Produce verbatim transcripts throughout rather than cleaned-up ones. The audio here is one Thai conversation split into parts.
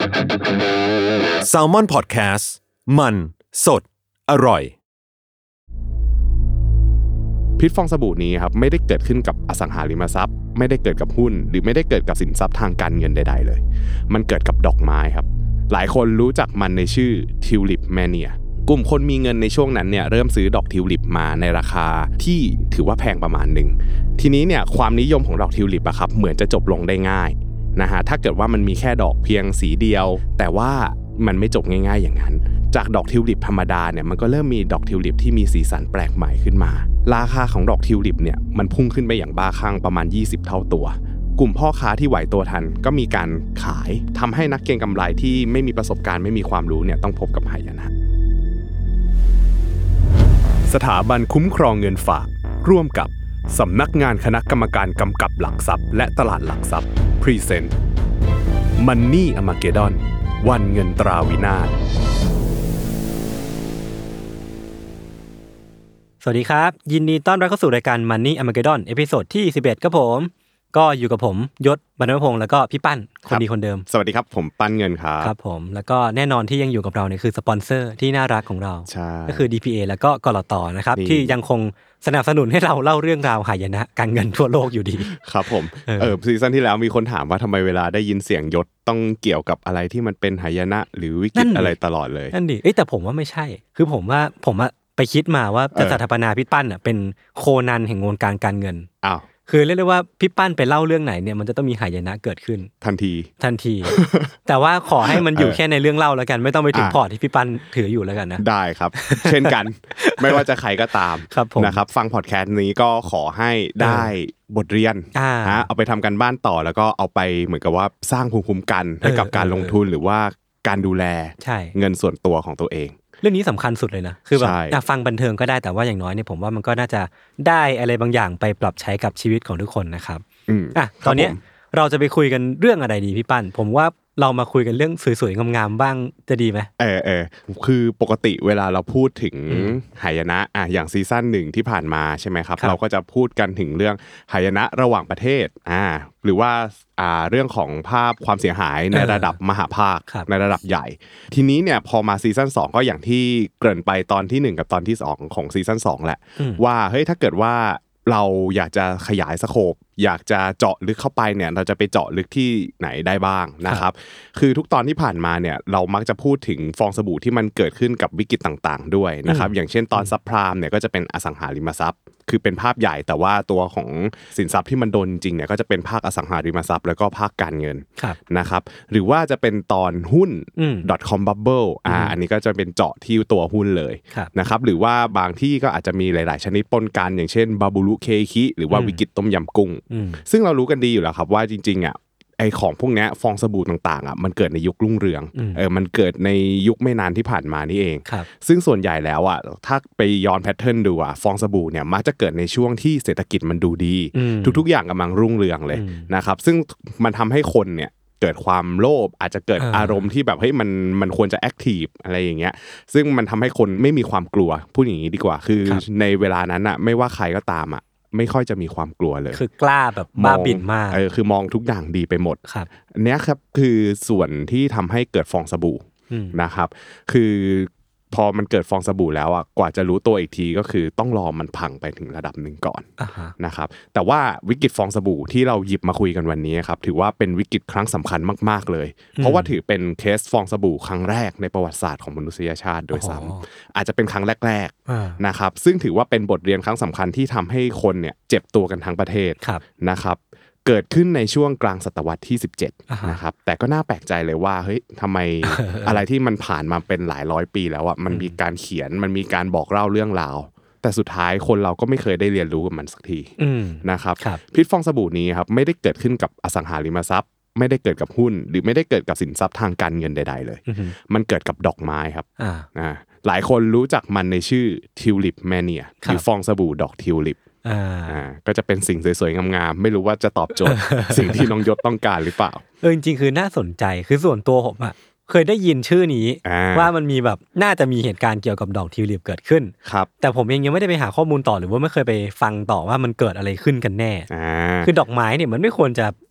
Salmon Podcast มันสดอร่อยพิษฟองสบู่นี้ครับไม่ได้เกิดขึ้นกับอสังหาริมทรัพย์ไม่ได้เกิดกับหุ้นหรือไม่ได้เกิดกับสินทรัพย์ทางการเงินใดๆเลยมันเกิดกับดอกไม้ครับหลายคนรู้จักมันในชื่อทิวลิปแมเนียกลุ่มคนมีเงินในช่วงนั้นเนี่ยเริ่มซื้อดอกทิวลิปมาในราคาที่ถือว่าแพงประมาณนึงทีนี้เนี่ยความนิยมของดอกทิวลิปอะครับเหมือนจะจบลงได้ง่ายนะฮะถ้าเกิดว่ามันมีแค่ดอกเพียงสีเดียวแต่ว่ามันไม่จบง่ายๆอย่างนั้นจากดอกทิวลิปธรรมดาเนี่ยมันก็เริ่มมีดอกทิวลิปที่มีสีสันแปลกใหม่ขึ้นมาราคาของดอกทิวลิปเนี่ยมันพุ่งขึ้นไปอย่างบ้าคลั่งประมาณยี่สิบเท่าตัวกลุ่มพ่อค้าที่ไหวตัวทันก็มีการขายทำให้นักเก็งกำไรที่ไม่มีประสบการณ์ไม่มีความรู้เนี่ยต้องพบกับหายนะสถาบันคุ้มครองเงินฝากร่วมกับสำนักงานคณะกรรมการกำกับหลักทรัพย์และตลาดหลักทรัพย์ Present Money Armageddon วันเงินตราวินาศสวัสดีครับยินดีต้อนรับเข้าสู่รายการ Money Armageddon เอพิโซดที่สิบเอ็ดครับผมก็อยู่กับผมยศบรรณพงษ์แล้วก็พี่ปั้นคนดีคนเดิมสวัสดีครับผมปั้นเงินครับครับผมแล้วก็แน่นอนที่ยังอยู่กับเราเนี่ยคือสปอนเซอร์ที่น่ารักของเราก็คือ ดี พี เอ แล้วก็กลต.นะครับที่ยังคงสนับสนุนให้เราเล่าเรื่องราวหายนะการเงินทั่วโลกอยู่ดีครับผมเออซีซั่นที่แล้วมีคนถามว่าทำไมเวลาได้ยินเสียงยศต้องเกี่ยวกับอะไรที่มันเป็นหายนะหรือวิกฤตอะไรตลอดเลยนั่นดิเอ้ยแต่ผมว่าไม่ใช่คือผมว่าผมอะไปคิดมาว่าจะสถาปนาพี่ปั้นอ่ะเป็นโคนันแห่งวงการการเงินอ้าวคือเรียกได้ว่าพี่ปั้นไปเล่าเรื่องไหนเนี่ยมันจะต้องมีหายนะเกิดขึ้นทันทีทันที แต่ว่าขอให้มันอยู่แค่ในเรื่องเล่าแล้วกันไม่ต้องไปถึงพอร์ตที่พี่ปั้นถืออยู่แล้วกันนะได้ครับเช่นกันไม่ว่าจะใครก็ตามนะครับฟังพอดแคสต์นี้ก็ขอให้ได้บทเรียนนะเอาไปทำกันบ้านต่อแล้วก็เอาไปเหมือนกับว่าสร้างภูมิคุ้มกันให้กับการลงทุนหรือว่าการดูแลเงินส่วนตัวของตัวเองเรื่องนี้สำคัญสุดเลยนะคือแบบฟังบันเทิงก็ได้แต่ว่าอย่างน้อยเนี่ยผมว่ามันก็น่าจะได้อะไรบางอย่างไปปรับใช้กับชีวิตของทุกคนนะครับอ่ะตอนนี้เราจะไปคุยกันเรื่องอะไรดีพี่ปั้นผมว่าเรามาคุยกันเรื่องสวยๆงามๆบ้างจะดีไหมเออเออคือปกติเวลาเราพูดถึงหายนะอ่ะอย่างซีซั่นหนึ่งที่ผ่านมาใช่ไหมครับเราก็จะพูดกันถึงเรื่องหายนะระหว่างประเทศอ่าหรือว่าอ่าเรื่องของภาพความเสียหายในระดับมหาภาคในระดับใหญ่ทีนี้เนี่ยพอมาซีซั่นสองก็อย่างที่เกริ่นไปตอนที่หนึ่งกับตอนที่สองของซีซั่นสองแหละว่าเฮ้ยถ้าเกิดว่าเราอยากจะขยายสโคปอยากจะเจาะลึกเข้าไปเนี่ยเราจะไปเจาะลึกที่ไหนได้บ้างนะครับคือทุกตอนที่ผ่านมาเนี่ยเรามักจะพูดถึงฟองสบู่ที่มันเกิดขึ้นกับวิกฤตต่างๆด้วยนะครับอย่างเช่นตอนซับไพรม์เนี่ยก็จะเป็นอสังหาริมทรัพย์คือเป็นภาพใหญ่แต่ว่าตัวของสินทรัพย์ที่มันโดนจริงๆเนี่ยก็จะเป็นภาคอสังหาริมทรัพย์แล้วก็ภาคการเงินนะครับหรือว่าจะเป็นตอนหุ้น .com bubble อ่าอันนี้ก็จะเป็นเจาะที่ตัวหุ้นเลยนะครับหรือว่าบางที่ก็อาจจะมีหลายๆชนิดปนกันอย่างเช่นบาบูรุเคคิหรือว่าวิกฤตต้มยำกุ้งซึ่งเรารู้กันดีอยู่แล้วครับว่าจริงๆอ่ะไอของพวกนี้ฟองสบู่ต่างๆอ่ะมันเกิดในยุครุ่งเรืองเออมันเกิดในยุคไม่นานที่ผ่านมานี่เองซึ่งส่วนใหญ่แล้วอ่ะถ้าไปย้อนแพทเทิร์นดูอ่ะฟองสบู่เนี่ยมักจะเกิดในช่วงที่เศรษฐกิจมันดูดีทุกๆอย่างกำลังรุ่งเรืองเลยนะครับซึ่งมันทำให้คนเนี่ยเกิดความโลภอาจจะเกิดอารมณ์ที่แบบเฮ้ยมันมันควรจะแอคทีฟอะไรอย่างเงี้ยซึ่งมันทำให้คนไม่มีความกลัวพูดอย่างนี้ดีกว่าคือในเวลานั้นอ่ะไม่ว่าใครก็ตามอ่ะไม่ค่อยจะมีความกลัวเลยคือกล้าแบบบ้าบิ่นมากเออคือมองทุกอย่างดีไปหมดเนี้ยครับคือส่วนที่ทำให้เกิดฟองสบู่นะครับคือพอมันเกิดฟองสบู่แล้วอ่ะกว่าจะรู้ตัวอีกทีก็คือต้องรอมันพังไปถึงระดับหนึ่งก่อนนะครับแต่ว่าวิกฤตฟองสบู่ที่เราหยิบมาคุยกันวันนี้ครับถือว่าเป็นวิกฤตครั้งสำคัญมากๆเลยเพราะว่าถือเป็นเคสฟองสบู่ครั้งแรกในประวัติศาสตร์ของมนุษยชาติโดยซ้ำอาจจะเป็นครั้งแรกๆนะครับซึ่งถือว่าเป็นบทเรียนครั้งสำคัญที่ทำให้คนเนี่ยเจ็บตัวกันทั้งประเทศนะครับเกิดขึ้นในช่วงกลางศตวรรษที่สิบเจ็ดนะครับแต่ก็น่าแปลกใจเลยว่าเฮ้ยทำไม อะไรที่มันผ่านมาเป็นหลายร้อยปีแล้วอ่ะมันมีการเขียนมันมีการบอกเล่าเรื่องราวแต่สุดท้ายคนเราก็ไม่เคยได้เรียนรู้กับมันสักทีนะครับพิษฟองสบู่นี้ครับไม่ได้เกิดขึ้นกับอสังหาริมทรัพย์ไม่ได้เกิดกับหุ้นหรือไม่ได้เกิดกับสินทรัพย์ทางการเงินใดๆเลยมันเกิดกับดอกไม้ครับอ่าหลายคนรู้จักมันในชื่อทิวลิปแมเนียหรือฟองสบู่ดอกทิวลิปอ่าก็จะเป็นสิ่งสวยๆงามๆไม่รู้ว่าจะตอบโจทย์ สิ่งที่น้องยศต้องการหรือเปล่าเออจริงๆคือน่าสนใจคือส่วนตัวผมอ่ะเคยได้ยินชื่อนี้ว่ามันมีแบบน่าจะมีเหตุการณ์เกี่ยวกับดอกทิวลิปเกิดขึ้นครับแต่ผมเองยังไม่ได้ไปหาข้อมูลต่อหรือว่าไม่เคยไปฟังต่อว่ามันเกิดอะไรขึ้นกันแน่คือดอกไม้เนี่ยมันไม่ควรจะ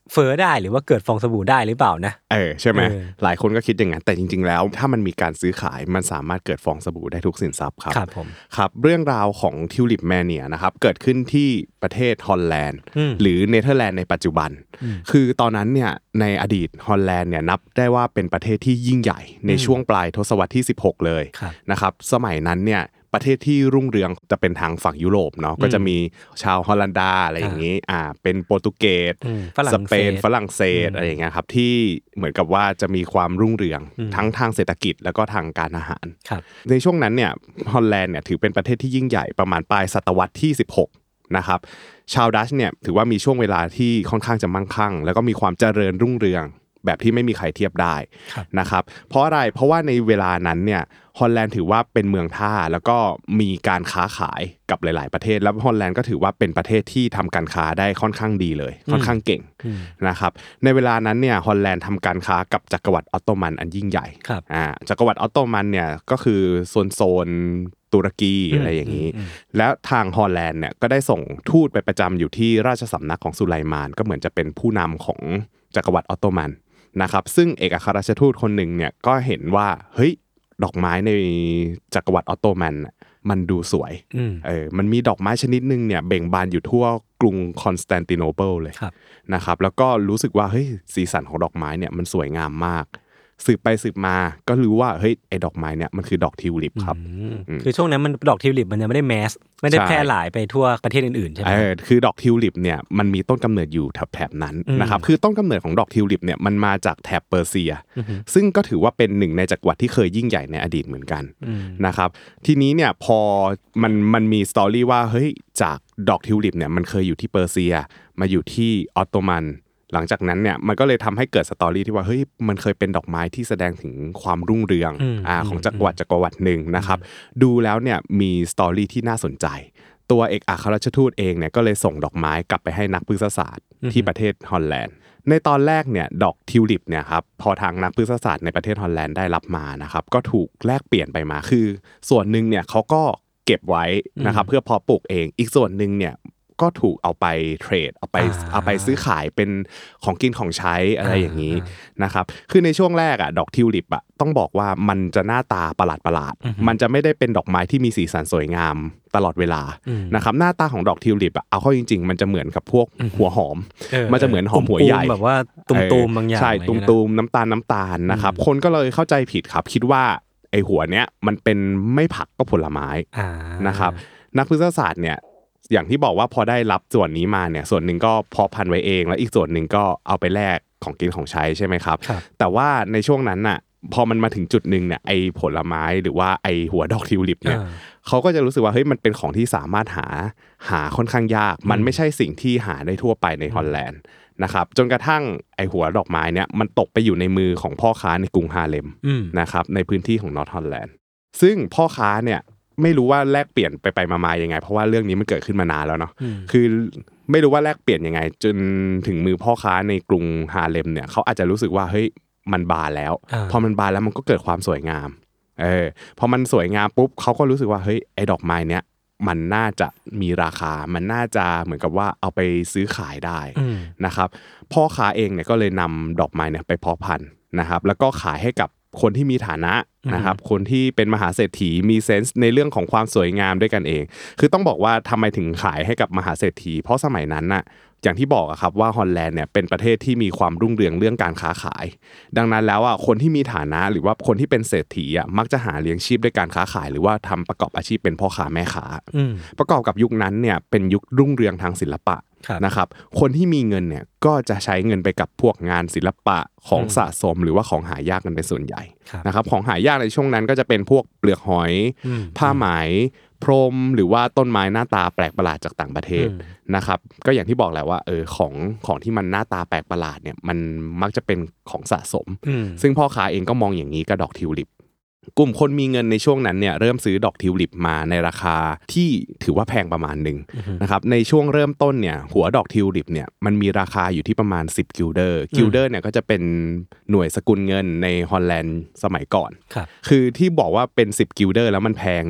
เฟ้อได้หรือว่าเกิดฟองสบู่ได้หรือเปล่านะเออใช่ไหมหลายคนก็คิดอย่างนั้นแต่จริงๆแล้วถ้ามันมีการซื้อขายมันสามารถเกิดฟองสบู่ได้ทุกสินทรัพย์ครับครับผมครับเรื่องราวของทิวลิปแมเนียนะครับเกิดขึ้นที่ประเทศฮอลแลนด์หรือเนเธอร์แลนด์ในปัจจุบันคือตอนนั้นเนี่ยในอดีตฮอลแลนด์เนี่ยนับได้ว่าเป็นประเทศที่ยิ่งใหญ่ในช่วงปลายทศวรรษที่สิบหกเลยนะครับสมัยนั้นเนี่ยประเทศที่รุ่งเรืองจะเป็นทางฝั่งยุโรปเนาะก็จะมีชาวฮอลันดาอะไรอย่างนี้อ่าเป็นโปรตุเกสสเปนฝรั่งเศสอะไรอย่างเงี้ยครับที่เหมือนกับว่าจะมีความรุ่งเรืองทั้งทางเศรษฐกิจแล้วก็ทางการอาหารในช่วงนั้นเนี่ยฮอลแลนด์เนี่ยถือเป็นประเทศที่ยิ่งใหญ่ประมาณปลายศตวรรษที่สิบหกนะครับชาวดัชเนี่ยถือว่ามีช่วงเวลาที่ค่อนข้างจะมั่งคั่งแล้วก็มีความเจริญรุ่งเรืองแบบที่ไม่มีใครเทียบได้นะครับเพราะอะไรเพราะว่าในเวลานั้นเนี่ยฮอลแลนด์ถือว่าเป็นเมืองท่าแล้วก็มีการค้าขายกับหลายๆประเทศแล้วฮอลแลนด์ก็ถือว่าเป็นประเทศที่ทำการค้าได้ค่อนข้างดีเลยค่อนข้างเก่งนะครับในเวลานั้นเนี่ยฮอลแลนด์ทำการค้ากับจักรวรรดิออตโตมันอันยิ่งใหญ่อ่าจักรวรรดิออตโตมันเนี่ยก็คือโซนโซนตุรกีอะไรอย่างนี้แล้วทางฮอลแลนด์เนี่ยก็ได้ส่งทูตไปประจำอยู่ที่ราชสำนักของสุไลมานก็เหมือนจะเป็นผู้นำของจักรวรรดิออตโตมันนะครับซึ่งเอกอัครราชทูตคนหนึ่งเนี่ยก็เห็นว่าเฮ้ยดอกไม้ในจักรวรรดิออตโตมันมันดูสวยเออมันมีดอกไม้ชนิดนึงเนี่ยเบ่งบานอยู่ทั่วกรุงคอนสแตนติโนเปิลเลยนะครับแล้วก็รู้สึกว่าเฮ้ยสีสันของดอกไม้เนี่ยมันสวยงามมากสืบไปสืบมาก็รู้ว่าเฮ้ยไอ้ดอกไม้เนี่ยมันคือดอกทิวลิปครับคือช่วงนั้นมันดอกทิวลิปมันยังไม่ได้แมสไม่ได้แพร่หลายไปทั่วประเทศอื่นๆใช่ไหมเออคือดอกทิวลิปเนี่ยมันมีต้นกำเนิดอยู่แถบๆนั้นนะครับคือต้นกำเนิดของดอกทิวลิปเนี่ยมันมาจากแถบเปอร์เซียซึ่งก็ถือว่าเป็นหนึ่งในจักรวรรดิที่เคยยิ่งใหญ่ในอดีตเหมือนกันนะครับทีนี้เนี่ยพอมันมันมีสตอรี่ว่าเฮ้ยจากดอกทิวลิปเนี่ยมันเคยอยู่ที่เปอร์เซียมาอยู่ที่ออตโตมันหลังจากนั้นเนี่ยมันก็เลยทำให้เกิดสตอรี่ที่ว่าเฮ้ยมันเคยเป็นดอกไม้ที่แสดงถึงความรุ่งเรืองอ่าของจักรวรรดิจักรวรรดิหนึ่งนะครับดูแล้วเนี่ยมีสตอรี่ที่น่าสนใจตัวเอกอัครราชทูตเองเนี่ยก็เลยส่งดอกไม้กลับไปให้นักพฤกษศาสตร์ที่ประเทศฮอลแลนด์ในตอนแรกเนี่ยดอกทิวลิปเนี่ยครับพอทางนักพฤกษศาสตร์ในประเทศฮอลแลนด์ได้รับมานะครับก็ถูกแลกเปลี่ยนไปมาคือส่วนหนึ่งเนี่ยเขาก็เก็บไว้นะครับเพื่อเพาะปลูกเองอีกส่วนนึงเนี่ยก็ถูกเอาไปเทรดเอาไปเอาไปซื้อขายเป็นของกินของใช้อะไรอย่างนี้นะครับคือในช่วงแรกอ่ะดอกทิวลิปอ่ะต้องบอกว่ามันจะหน้าตาประหลาดประหลาดมันจะไม่ได้เป็นดอกไม้ที่มีสีสันสวยงามตลอดเวลานะครับหน้าตาของดอกทิวลิปอ่ะเอาเข้าจริงๆมันจะเหมือนกับพวกหัวหอมมันจะเหมือนหอมหัวใหญ่แบบว่าตุ่มๆบางอย่างใช่ตุ่มๆน้ำตาลน้ำตาลนะครับคนก็เลยเข้าใจผิดครับคิดว่าไอหัวเนี้ยมันเป็นไม่ผักก็ผลไม้นะครับนักพฤกษศาสตร์เนี่ยอย่างที่บอกว่าพอได้รับส่วนนี้มาเนี่ยส่วนหนึ่งก็เพาะพันธุ์ไว้เองแล้วอีกส่วนหนึ่งก็เอาไปแลกของกินของใช้ใช่ไหมครับแต่ว่าในช่วงนั้นน่ะพอมันมาถึงจุดนึงเนี่ยไอผลไม้หรือว่าไอหัวดอกทิวลิปเนี่ยเขาก็จะรู้สึกว่าเฮ้ยมันเป็นของที่สามารถหาหาค่อนข้างยากมันไม่ใช่สิ่งที่หาได้ทั่วไปในฮอลแลนด์นะครับจนกระทั่งไอหัวดอกไม้เนี่ยมันตกไปอยู่ในมือของพ่อค้าในกรุงฮาเลมนะครับในพื้นที่ของนอร์ทฮอลแลนด์ซึ่งพ่อค้าเนี่ยไม่รู้ว่าแลกเปลี่ยนไปไปมาๆยังไงเพราะว่าเรื่องนี้มันเกิดขึ้นมานานแล้วเนาะคือไม่รู้ว่าแลกเปลี่ยนยังไงจนถึงมือพ่อค้าในกรุงฮาเลมเนี่ยเขาอาจจะรู้สึกว่าเฮ้ยมันบานแล้วพอมันบานแล้วมันก็เกิดความสวยงามเออพอมันสวยงามปุ๊บเขาก็รู้สึกว่าเฮ้ยไอ้ดอกไม้เนี้ยมันน่าจะมีราคามันน่าจะเหมือนกับว่าเอาไปซื้อขายได้นะครับพ่อค้าเองเนี่ยก็เลยนำดอกไม้เนี่ยไปเพาะพันธุ์นะครับแล้วก็ขายให้กับคนที่มีฐานะนะครับคนที่เป็นมหาเศรษฐีมีเซนส์ในเรื่องของความสวยงามด้วยกันเองคือต้องบอกว่าทำไมถึงขายให้กับมหาเศรษฐีเพราะสมัยนั้นน่ะอย่างที่บอกอะครับว่าฮอลแลนด์เนี่ยเป็นประเทศที่มีความรุ่งเรืองเรื่องการค้าขายดังนั้นแล้วอ่ะคนที่มีฐานะหรือว่าคนที่เป็นเศรษฐีอ่ะมักจะหาเลี้ยงชีพด้วยการค้าขายหรือว่าทำประกอบอาชีพเป็นพ่อค้าแม่ค้าประกอบกับยุคนั้นเนี่ยเป็นยุครุ่งเรืองทางศิลปะนะครับคนที่มีเงินเนี่ยก็จะใช้เงินไปกับพวกงานศิลปะของสะสมหรือว่าของหายากกันเป็นส่วนใหญ่นะครับของหายากในช่วงนั้นก็จะเป็นพวกเปลือกหอยผ้าไหมพรมหรือว่าต้นไม้หน้าตาแปลกประหลาดจากต่างประเทศนะครับก็อย่างที่บอกแหละว่าเออของของที่มันหน้าตาแปลกประหลาดเนี่ยมันมักจะเป็นของสะสมซึ่งพ่อค้าเองก็มองอย่างนี้กับดอกทิวลิปกลุ่มคนมีเงินในช่วงนั้นเนี่ยเริ่มซื้อดอกทิวลิปมาในราคาที่ถือว่าแพงประมาณนึงนะครับในช่วงเริ่มต้นเนี่ยหัวดอกทิวลิปเนี่ยมันมีราคาอยู่ที่ประมาณสิบกิลเดอร์กิลเดอร์เนี่ยก็จะเป็นหน่วยสกุลเงินในฮอลแลนด์สมัยก่อนคือที่บอกว่าเป็นสิบกิลเดอร์แล้วมันแพงเนี่ย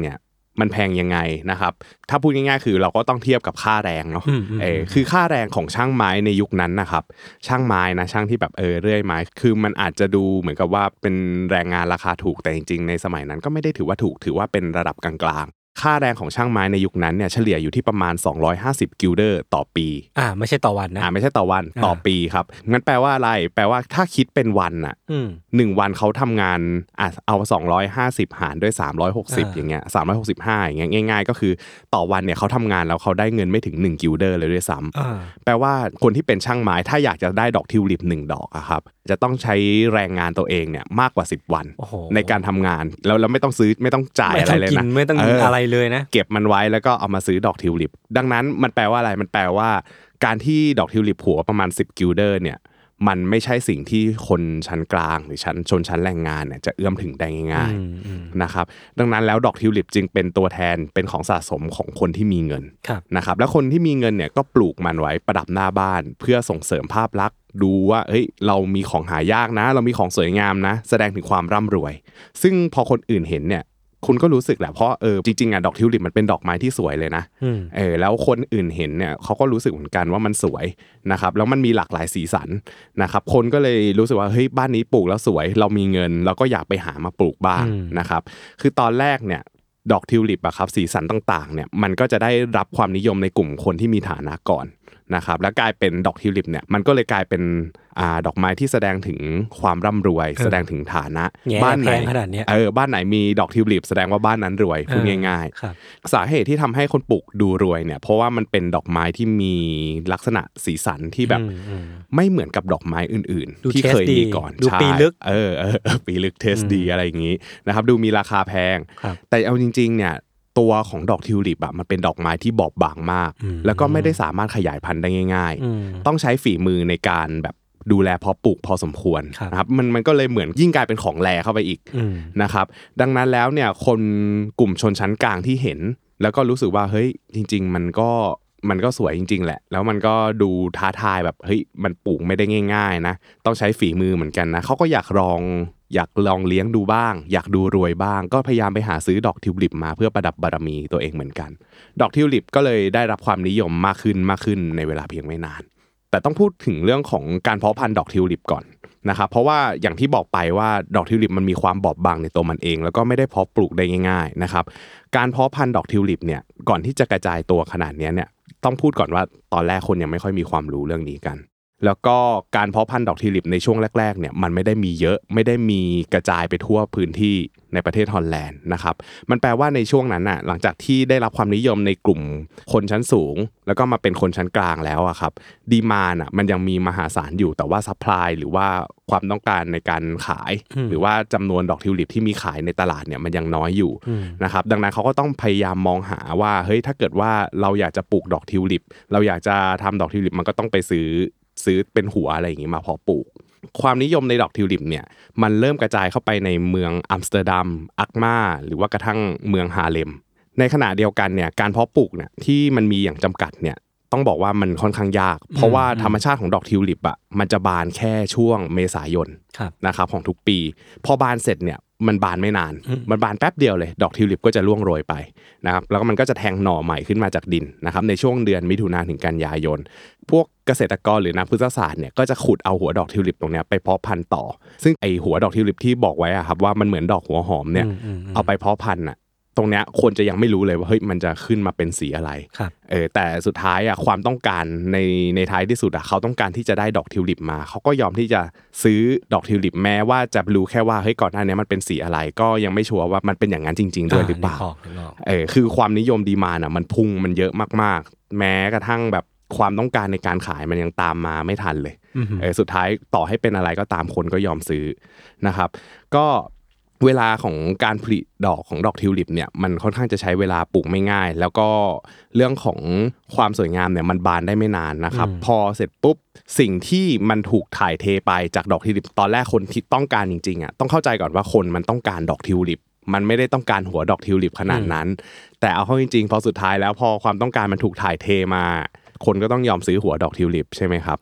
มันแพงยังไงนะครับถ้าพูดง่ายๆคือเราก็ต้องเทียบกับค่าแรงเนาะเออคือค่าแรงของช่างไม้ในยุคนั้นนะครับช่างไม้นะช่างที่แบบเออเรื่อยไม้คือมันอาจจะดูเหมือนกับว่าเป็นแรงงานราคาถูกแต่จริงๆในสมัยนั้นก็ไม่ได้ถือว่าถูกถือว่าเป็นระดับกลางๆค่าแรงของช่างไม้ในยุคนั้นเนี่ยเฉลี่ยอยู่ที่ประมาณสองร้อยห้าสิบกิลเดอร์ต่อปีอ่าไม่ใช่ต่อวันนะอ่าไม่ใช่ต่อวันต่อปีครับงั้นแปลว่าอะไรแปลว่าถ้าคิดเป็นวันน่ะหนึ่งวันเขาทำงานอ่ะเอาสองร้อยห้าสิบหารด้วยสามร้อยหกสิบอย่างเงี้ยสามร้อยหกสิบห้าอย่างเงี้ยง่ายๆก็คือต่อวันเนี่ยเขาทำงานแล้วเขาได้เงินไม่ถึงหนึ่งกิลเดอร์เลยด้วยซ้ำแปลว่าคนที่เป็นช่างไม้ถ้าอยากจะได้ดอกทิวลิปหนึ่งดอกอะครับจะต้องใช้แรงงานตัวเองเนี่ยมากกว่าสิบวันในการทำงานแล้วแล้วไม่ต้องซื้อไม่ต้องจ่ายอะไรเลยนะไม่ต้องกินอะไรเลยนะเก็บมันไว้แล้วก็เอามาซื้อดอกทิวลิปดังนั้นมันแปลว่าอะไรมันแปลว่าการที่ดอกทิวลิปหัวประมาณสิบกิลเดอร์เนี่ยมันไม่ใช่สิ่งที่คนชั้นกลางหรือชั้นชนชั้นแรงงานเนี่ยจะเอื้อมถึงได้ง่ายๆนะครับดังนั้นแล้วดอกทิวลิปจึงเป็นตัวแทนเป็นของสะสมของคนที่มีเงินนะครับแล้วคนที่มีเงินเนี่ยก็ปลูกมันไว้ประดับหน้าบ้านเพื่อส่งเสริมภาพลักษณ์ดูว่าเฮ้ยเรามีของหายากนะเรามีของสวยงามนะแสดงถึงความร่ำรวยซึ่งพอคนอื่นเห็นเนี่ยคุณก็รู้สึกแหละเพราะเออจริงๆอ่ะดอกทิวลิปมันเป็นดอกไม้ที่สวยเลยนะเออแล้วคนอื่นเห็นเนี่ยเขาก็รู้สึกเหมือนกันว่ามันสวยนะครับแล้วมันมีหลากหลายสีสันนะครับคนก็เลยรู้สึกว่าเฮ้ยบ้านนี้ปลูกแล้วสวยเรามีเงินเราก็อยากไปหามาปลูกบ้างนะครับคือตอนแรกเนี่ยดอกทิวลิปอะครับสีสันต่างๆเนี่ยมันก็จะได้รับความนิยมในกลุ่มคนที่มีฐานะก่อนนะครับแล้วกลายเป็นดอกทิวลิปเนี่ยมันก็เลยกลายเป็นอ่าดอกไม้ที่แสดงถึงความร่ำรวยแสดงถึงฐานะบ้านไหนเออบ้านไหนมีดอกทิวลิปแสดงว่าบ้านนั้นรวยพูดง่ายๆสาเหตุที่ทำให้คนปลูกดูรวยเนี่ยเพราะว่ามันเป็นดอกไม้ที่มีลักษณะสีสันที่แบบไม่เหมือนกับดอกไม้อื่นๆที่เคยมีก่อนดูปีลึกเออเออปีลึกเทสดีอะไรอย่างงี้นะครับดูมีราคาแพงแต่เอาจริงๆเนี่ยตัวของดอกทิวลิปอ่ะมันเป็นดอกไม้ที่บอบบางมากแล้วก็ไม่ได้สามารถขยายพันธุ์ได้ง่ายๆต้องใช้ฝีมือในการแบบดูแลเพาะปลูกพอสมควรนะครับมันมันก็เลยเหมือนยิ่งกลายเป็นของแรเข้าไปอีกนะครับดังนั้นแล้วเนี่ยคนกลุ่มชนชั้นกลางที่เห็นแล้วก็รู้สึกว่าเฮ้ยจริงๆมันก็มันก็สวยจริงๆแหละแล้วมันก็ดูท้าทายแบบเฮ้ยมันปลูกไม่ได้ง่ายๆนะต้องใช้ฝีมือเหมือนกันนะเขาก็อยากลองอยากลองเลี้ยงดูบ้างอยากดูรวยบ้างก็พยายามไปหาซื้อดอกทิวลิปมาเพื่อประดับบารมีตัวเองเหมือนกันดอกทิวลิปก็เลยได้รับความนิยมมากขึ้นมากขึ้นในเวลาเพียงไม่นานแต่ต้องพูดถึงเรื่องของการเพาะพันธุ์ดอกทิวลิปก่อนนะครับเพราะว่าอย่างที่บอกไปว่าดอกทิวลิปมันมีความบอบบางในตัวมันเองแล้วก็ไม่ได้เพาะปลูกได้ง่ายๆนะครับการเพาะพันธุ์ดอกทิวลิปเนี่ยก่อนที่จะกระจายตัวขนาดนี้เนี่ยต้องพูดก่อนว่าตอนแรกคนยังไม่ค่อยมีความรู้เรื่องนี้กันแล้วก็การเพาะพันธุ์ดอกทิวลิปในช่วงแรกๆเนี่ยมันไม่ได้มีเยอะไม่ได้มีกระจายไปทั่วพื้นที่ในประเทศฮอลแลนด์นะครับมันแปลว่าในช่วงนั้นน่ะหลังจากที่ได้รับความนิยมในกลุ่มคนชั้นสูงแล้วก็มาเป็นคนชั้นกลางแล้วอะครับดีมานด์อ่ะมันยังมีมหาศาลอยู่แต่ว่าซัพพลายหรือว่าความต้องการในการขายหรือว่าจำนวนดอกทิวลิปที่มีขายในตลาดเนี่ยมันยังน้อยอยู่นะครับดังนั้นเขาก็ต้องพยายามมองหาว่าเฮ้ยถ้าเกิดว่าเราอยากจะปลูกดอกทิวลิปเราอยากจะทำดอกทิวลิปมันก็ต้องไปซื้อซื้อเป็นหัวอะไรอย่างงี้มาเพาะปลูกความนิยมในดอกทิวลิปเนี่ยมันเริ่มกระจายเข้าไปในเมืองอัมสเตอร์ดัมอักมาหรือว่ากระทั่งเมืองฮาเลมในขณะเดียวกันเนี่ยการเพาะปลูกเนี่ยที่มันมีอย่างจำกัดเนี่ยต้องบอกว่ามันค่อนข้างยากเพราะว่าธรรมชาติของดอกทิวลิปอ่ะมันจะบานแค่ช่วงเมษายนนะครับของทุกปีพอบานเสร็จเนี่ยมันบานไม่นานมันบานแป๊บเดียวเลยดอกทิวลิปก็จะร่วงโรยไปนะครับแล้วก็มันก็จะแทงหน่อใหม่ขึ้นมาจากดินนะครับในช่วงเดือนมิถุนายนถึงกันยายนพวกเกษตรกรหรือนักพฤกษศาสตร์เนี่ยก็จะขุดเอาหัวดอกทิวลิปตรงนี้ไปเพาะพันธุ์ต่อซึ่งไอหัวดอกทิวลิปที่บอกไว้อะครับว่ามันเหมือนดอกหัวหอมเนี่ยเอาไปเพาะพันธุ์อะตรงเนี้ยคนจะยังไม่รู้เลยว่าเฮ้ยมันจะขึ้นมาเป็นสีอะไรเออแต่สุดท้ายอ่ะความต้องการในในท้ายที่สุดอ่ะเขาต้องการที่จะได้ดอกทิวลิปมาเขาก็ยอมที่จะซื้อดอกทิวลิปแม้ว่าจะรู้แค่ว่าเฮ้ยก่อนหน้านี้มันเป็นสีอะไรก็ยังไม่ชัวร์ว่ามันเป็นอย่างนั้นจริงๆด้วยหรือเปล่าเออคือความนิยมดีมานด์อ่ะมันพุ่งมันเยอะมากๆแม้กระทั่งแบบความต้องการในการขายมันยังตามมาไม่ทันเลยเออสุดท้ายต่อให้เป็นอะไรก็ตามคนก็ยอมซื้อนะครับก็เวลาของการผลิดอกของดอกทิวลิปเนี่ยมันค่อนข้างจะใช้เวลาปลูกไม่ง่ายแล้วก็เรื่องของความสวยงามเนี่ยมันบานได้ไม่นานนะครับพอเสร็จปุ๊บสิ่งที่มันถูกถ่ายเทไปจากดอกทิวลิปตอนแรกคนที่ต้องการจริงๆอ่ะต้องเข้าใจก่อนว่าคนมันต้องการดอกทิวลิปมันไม่ได้ต้องการหัวดอกทิวลิปขนาดนั้นแต่เอาเข้าจริงๆพอสุดท้ายแล้วพอความต้องการมันถูกถ่ายเทมาคนก็ต้องยอมซื้อหัวดอกทิวลิปใช่ไหมครับ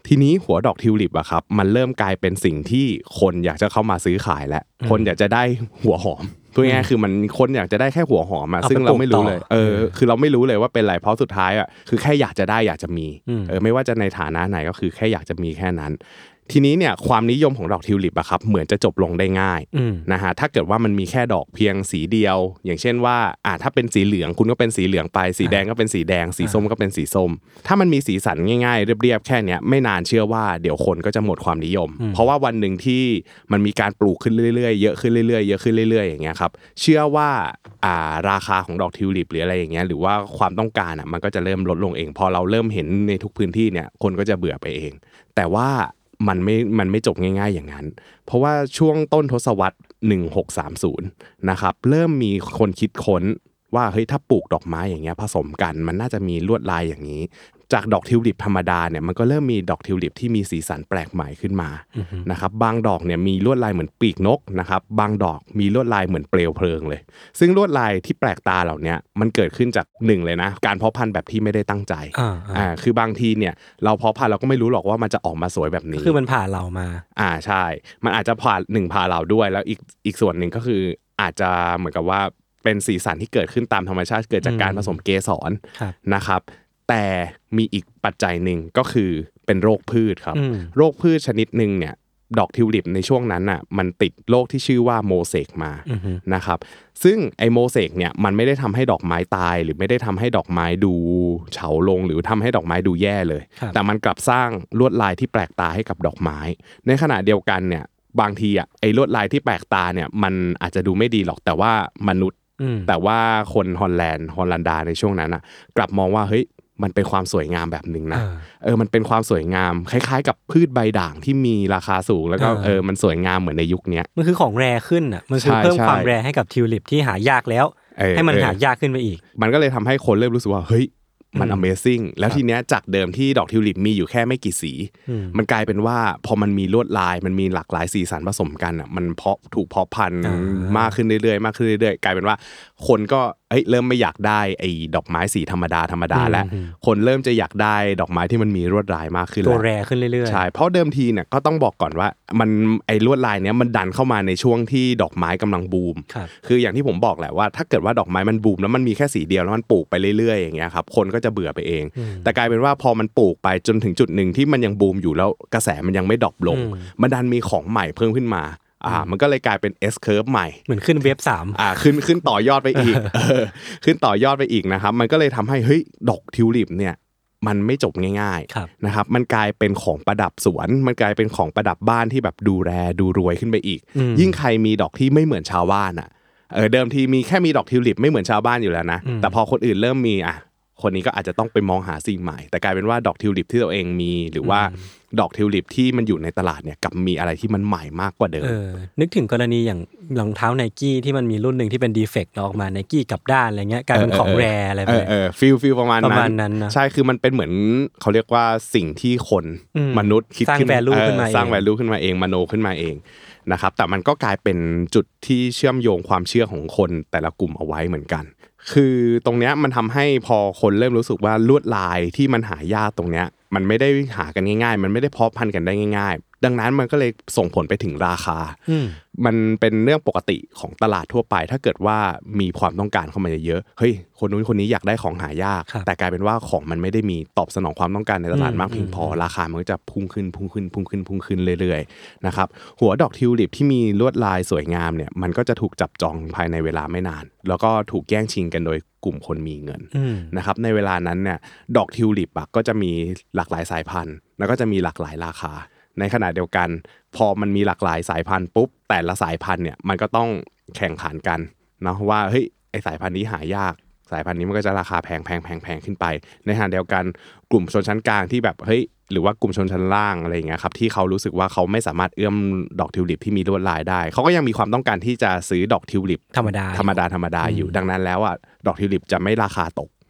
ทีนี้หัวดอกทิวลิปอะครับมันเริ่มกลายเป็นสิ่งที่คนอยากจะเข้ามาซื้อขายแล้วคนอยากจะได้หัวหอมพูดง่ายๆคือมันคนอยากจะได้แค่หัวหอมอะซึ่งเราไม่รู้เลยเออคือเราไม่รู้เลยว่าเป็นอะไรเพราะสุดท้ายอะคือแค่อยากจะได้อยากจะมีเออไม่ว่าจะในฐานะไหนก็คือแค่อยากจะมีแค่นั้นทีนี้เนี่ยความนิยมของดอกทิวลิปอะครับเหมือนจะจบลงได้ง่ายนะฮะถ้าเกิดว่ามันมีแค่ดอกเพียงสีเดียวอย่างเช่นว่าอ่าถ้าเป็นสีเหลืองคุณก็เป็นสีเหลืองไปสีแดงก็เป็นสีแดงสีส้มก็เป็นสีส้มถ้ามันมีสีสันง่ายๆเรียบๆแค่เนี้ยไม่นานเชื่อว่าเดี๋ยวคนก็จะหมดความนิยมเพราะว่าวันนึงที่มันมีการปลูกขึ้นเรื่อยๆเยอะขึ้นเรื่อยๆเยอะขึ้นเรื่อยๆอย่างเงี้ยครับเชื่อว่าอ่าราคาของดอกทิวลิปหรืออะไรอย่างเงี้ยหรือว่าความต้องการอ่ะมันก็จะเริ่มลดลงเองพอเราเริ่มเห็นในทุกพื้นที่เนี่ยคนก็จะเบื่อไปเองแต่ว่ามันไม่มันไม่จบง่ายๆอย่างนั้นเพราะว่าช่วงต้นทศวรรษหนึ่งพันหกร้อยสามสิบนะครับเริ่มมีคนคิดค้นว่าเฮ้ยถ้าปลูกดอกไม้อย่างเงี้ยผสมกันมันน่าจะมีลวดลายอย่างนี้จากดอกทิวลิปธรรมดาเนี่ยมันก็เริ่มมีดอกทิวลิปที่มีสีสันแปลกใหม่ขึ้นมานะครับบางดอกเนี่ยมีลวดลายเหมือนปีกนกนะครับบางดอกมีลวดลายเหมือนเปลวเพลิงเลยซึ่งลวดลายที่แปลกตาเหล่านี้มันเกิดขึ้นจากหนึ่งเลยนะการเพาะพันธุ์แบบที่ไม่ได้ตั้งใจอ่าคือบางทีเนี่ยเราเพาะพันธุ์เราก็ไม่รู้หรอกว่ามันจะออกมาสวยแบบนี้คือมันผ่าเรามาอ่าใช่มันอาจจะผ่าหนึ่งผ่าเราด้วยแล้วอีกอีกส่วนหนึ่งก็คืออาจจะเหมือนกับว่าเป็นสีสันที่เกิดขึ้นตามธรรมชาติเกิดจากการผสมเกสรนะครับแต่มีอีกปัจจัยหนึ่งก็คือเป็นโรคพืชครับโรคพืชชนิดนึงเนี่ยดอกทิวลิปในช่วงนั้นน่ะมันติดโรคที่ชื่อว่าโมเสกมานะครับซึ่งไอโมเสกเนี่ยมันไม่ได้ทำให้ดอกไม้ตายหรือไม่ได้ทำให้ดอกไม้ดูเฉาลงหรือทำให้ดอกไม้ดูแย่เลยแต่มันกลับสร้างลวดลายที่แปลกตาให้กับดอกไม้ในขณะเดียวกันเนี่ยบางทีอ่ะไอลวดลายที่แปลกตาเนี่ยมันอาจจะดูไม่ดีหรอกแต่ว่ามนุษย์แต่ว่าคนฮอลแลนด์ฮอลันดาในช่วงนั้นอ่ะกลับมองว่าเฮ้ยมันเป็นความสวยงามแบบนึงนะเออมันเป็นความสวยงามคล้ายๆกับพืชใบด่างที่มีราคาสูงแล้วก็เออมันสวยงามเหมือนในยุคนี้มันคือของแรขึ้นอ่ะมันคือเพิ่มความแรให้กับทิวลิปที่หายากแล้วให้มันหายากขึ้นไปอีกมันก็เลยทำให้คนเริ่มรู้สึกว่าเฮ้ยมัน Amazing แล้วทีเนี้ยจากเดิมที่ดอกทิวลิปมีอยู่แค่ไม่กี่สีมันกลายเป็นว่าพอมันมีลวดลายมันมีหลากหลายสีสันผสมกันอ่ะมันเพาะถูกเพาะพันธุ์มากขึ้นเรื่อยๆมากขึ้นเรื่อยๆกลายเป็นว่าคนก็เอ้ยเริ่มไม่อยากได้ไอ้ดอกไม้สีธรรมดาธรรมดาแล้วคนเริ่มจะอยากได้ดอกไม้ที่มันมีลวดลายมากขึ้นแล้วตัวแรขึ้นเรื่อยๆใช่เพราะเดิมทีเนี่ยก็ต้องบอกก่อนว่ามันไอ้ลวดลายเนี้ยมันดันเข้ามาในช่วงที่ดอกไม้กำลังบูมคืออย่างที่ผมบอกแหละว่าถ้าเกิดว่าดอกไม้มันบูมแล้วมันมีแค่สีเดียวแล้วมันปลูกไปเรื่อยๆอย่างเงี้ยครับคนก็จะเบื่อไปเองแต่กลายเป็นว่าพอมันปลูกไปจนถึงจุดนึงที่มันยังบูมอยู่แล้วกระแสมันยังไม่ดรอปลงมันดันมีของใหม่เพิ่มขึ้นมาอ่ามันก็เลยกลายเป็น S curve ใหม่เหมือนขึ้นเวฟสามอ่าขึ้นขึ้นต่อยอดไปอีกเออขึ้นต่อยอดไปอีกนะครับมันก็เลยทำให้เฮ้ยดอกทิวลิปเนี่ยมันไม่จบง่ายๆนะครับมันกลายเป็นของประดับสวนมันกลายเป็นของประดับบ้านที่แบบดูแลดูรวยขึ้นไปอีกยิ่งใครมีดอกที่ไม่เหมือนชาวบ้านอ่ะเออเดิมทีมีแค่มีดอกทิวลิปไม่เหมือนชาวบ้านอยู่แล้วนะแต่พอคนอื่นเริ่มมีอ่ะคนนี้ก็อาจจะต้องไปมองหาสิ่งใหม่แต่กลายเป็นว่าดอกทิวลิปที่ตัวเองมีหรือว่าดอกทิวลิปที่มันอยู่ในตลาดเนี่ยกับมีอะไรที่มันใหม่มากกว่าเดิมเออนึกถึงกรณีอย่างรองเท้า Nike ที่มันมีรุ่นนึงที่เป็นดีเฟคต์ออกมา Nike กลับด้านอะไรเงี้ยกลายเป็นของแรอะไรแบบเออฟีลฟีลประมาณนั้นใช่คือมันเป็นเหมือนเขาเรียกว่าสิ่งที่คนมนุษย์คิดขึ้นสร้าง value ขึ้นมาเองสร้าง value ขึ้นมาเองมโนขึ้นมาเองนะครับแต่มันก็กลายเป็นจุดที่เชื่อมโยงความเชื่อของคนแต่ละกลุ่มเอาไว้เหมือนกันคือตรงเนี้ยมันทำให้พอคนเริ่มรู้สึกว่าลวดลายที่มันหายากตรงเนี้ยมันไม่ได้หากันง่ายๆมันไม่ได้เพาะพันธุ์กันได้ง่ายๆดังนั้นมันก็เลยส่งผลไปถึงราคามันเป็นเรื่องปกติของตลาดทั่วไปถ้าเกิดว่ามีความต้องการเข้ามาเยอะๆเฮ้ยคนนู้นคนนี้อยากได้ของหายากแต่กลายเป็นว่าของมันไม่ได้มีตอบสนองความต้องการในตลาดมากเพียงพอราคามันก็จะพุ่งขึ้นพุ่งขึ้นพุ่งขึ้นพุ่งขึ้นเรื่อยๆนะครับหัวดอกทิวลิปที่มีลวดลายสวยงามเนี่ยมันก็จะถูกจับจองภายในเวลาไม่นานแล้วก็ถูกแย่งชิงกันโดยกลุ่มคนมีเงินนะครับในเวลานั้นเนี่ยดอกทิวลิปก็จะมีหลากหลายสายพันธุ์แล้วก็จะมีหลากหลายราคาในขณะเดียวกันพอมันมีหลากหลายสายพันธุ์ปุ๊บแต่ละสายพันธุ์เนี่ยมันก็ต้องแข่งขันกันเนาะว่าเฮ้ยไอสายพันธุ์นี้หายากสายพันธุ์นี้มันก็จะราคาแพงแพงแพงแพงขึ้นไปในขณะเดียวกันกลุ่มชนชั้นกลางที่แบบเฮ้ยหรือว่ากลุ่มชนชั้นล่างอะไรอย่างเงี้ยครับที่เขารู้สึกว่าเขาไม่สามารถเอื้อมดอกทิวลิปที่มีลวดลายได้เขาก็ยังมีความต้องการที่จะซื้อดอกทิวลิปธรรมดาธรรมดาธรรมดาอยู่ดังนั้นแล้วอ่ะดอกทิวลิปจะไม่ราคาตก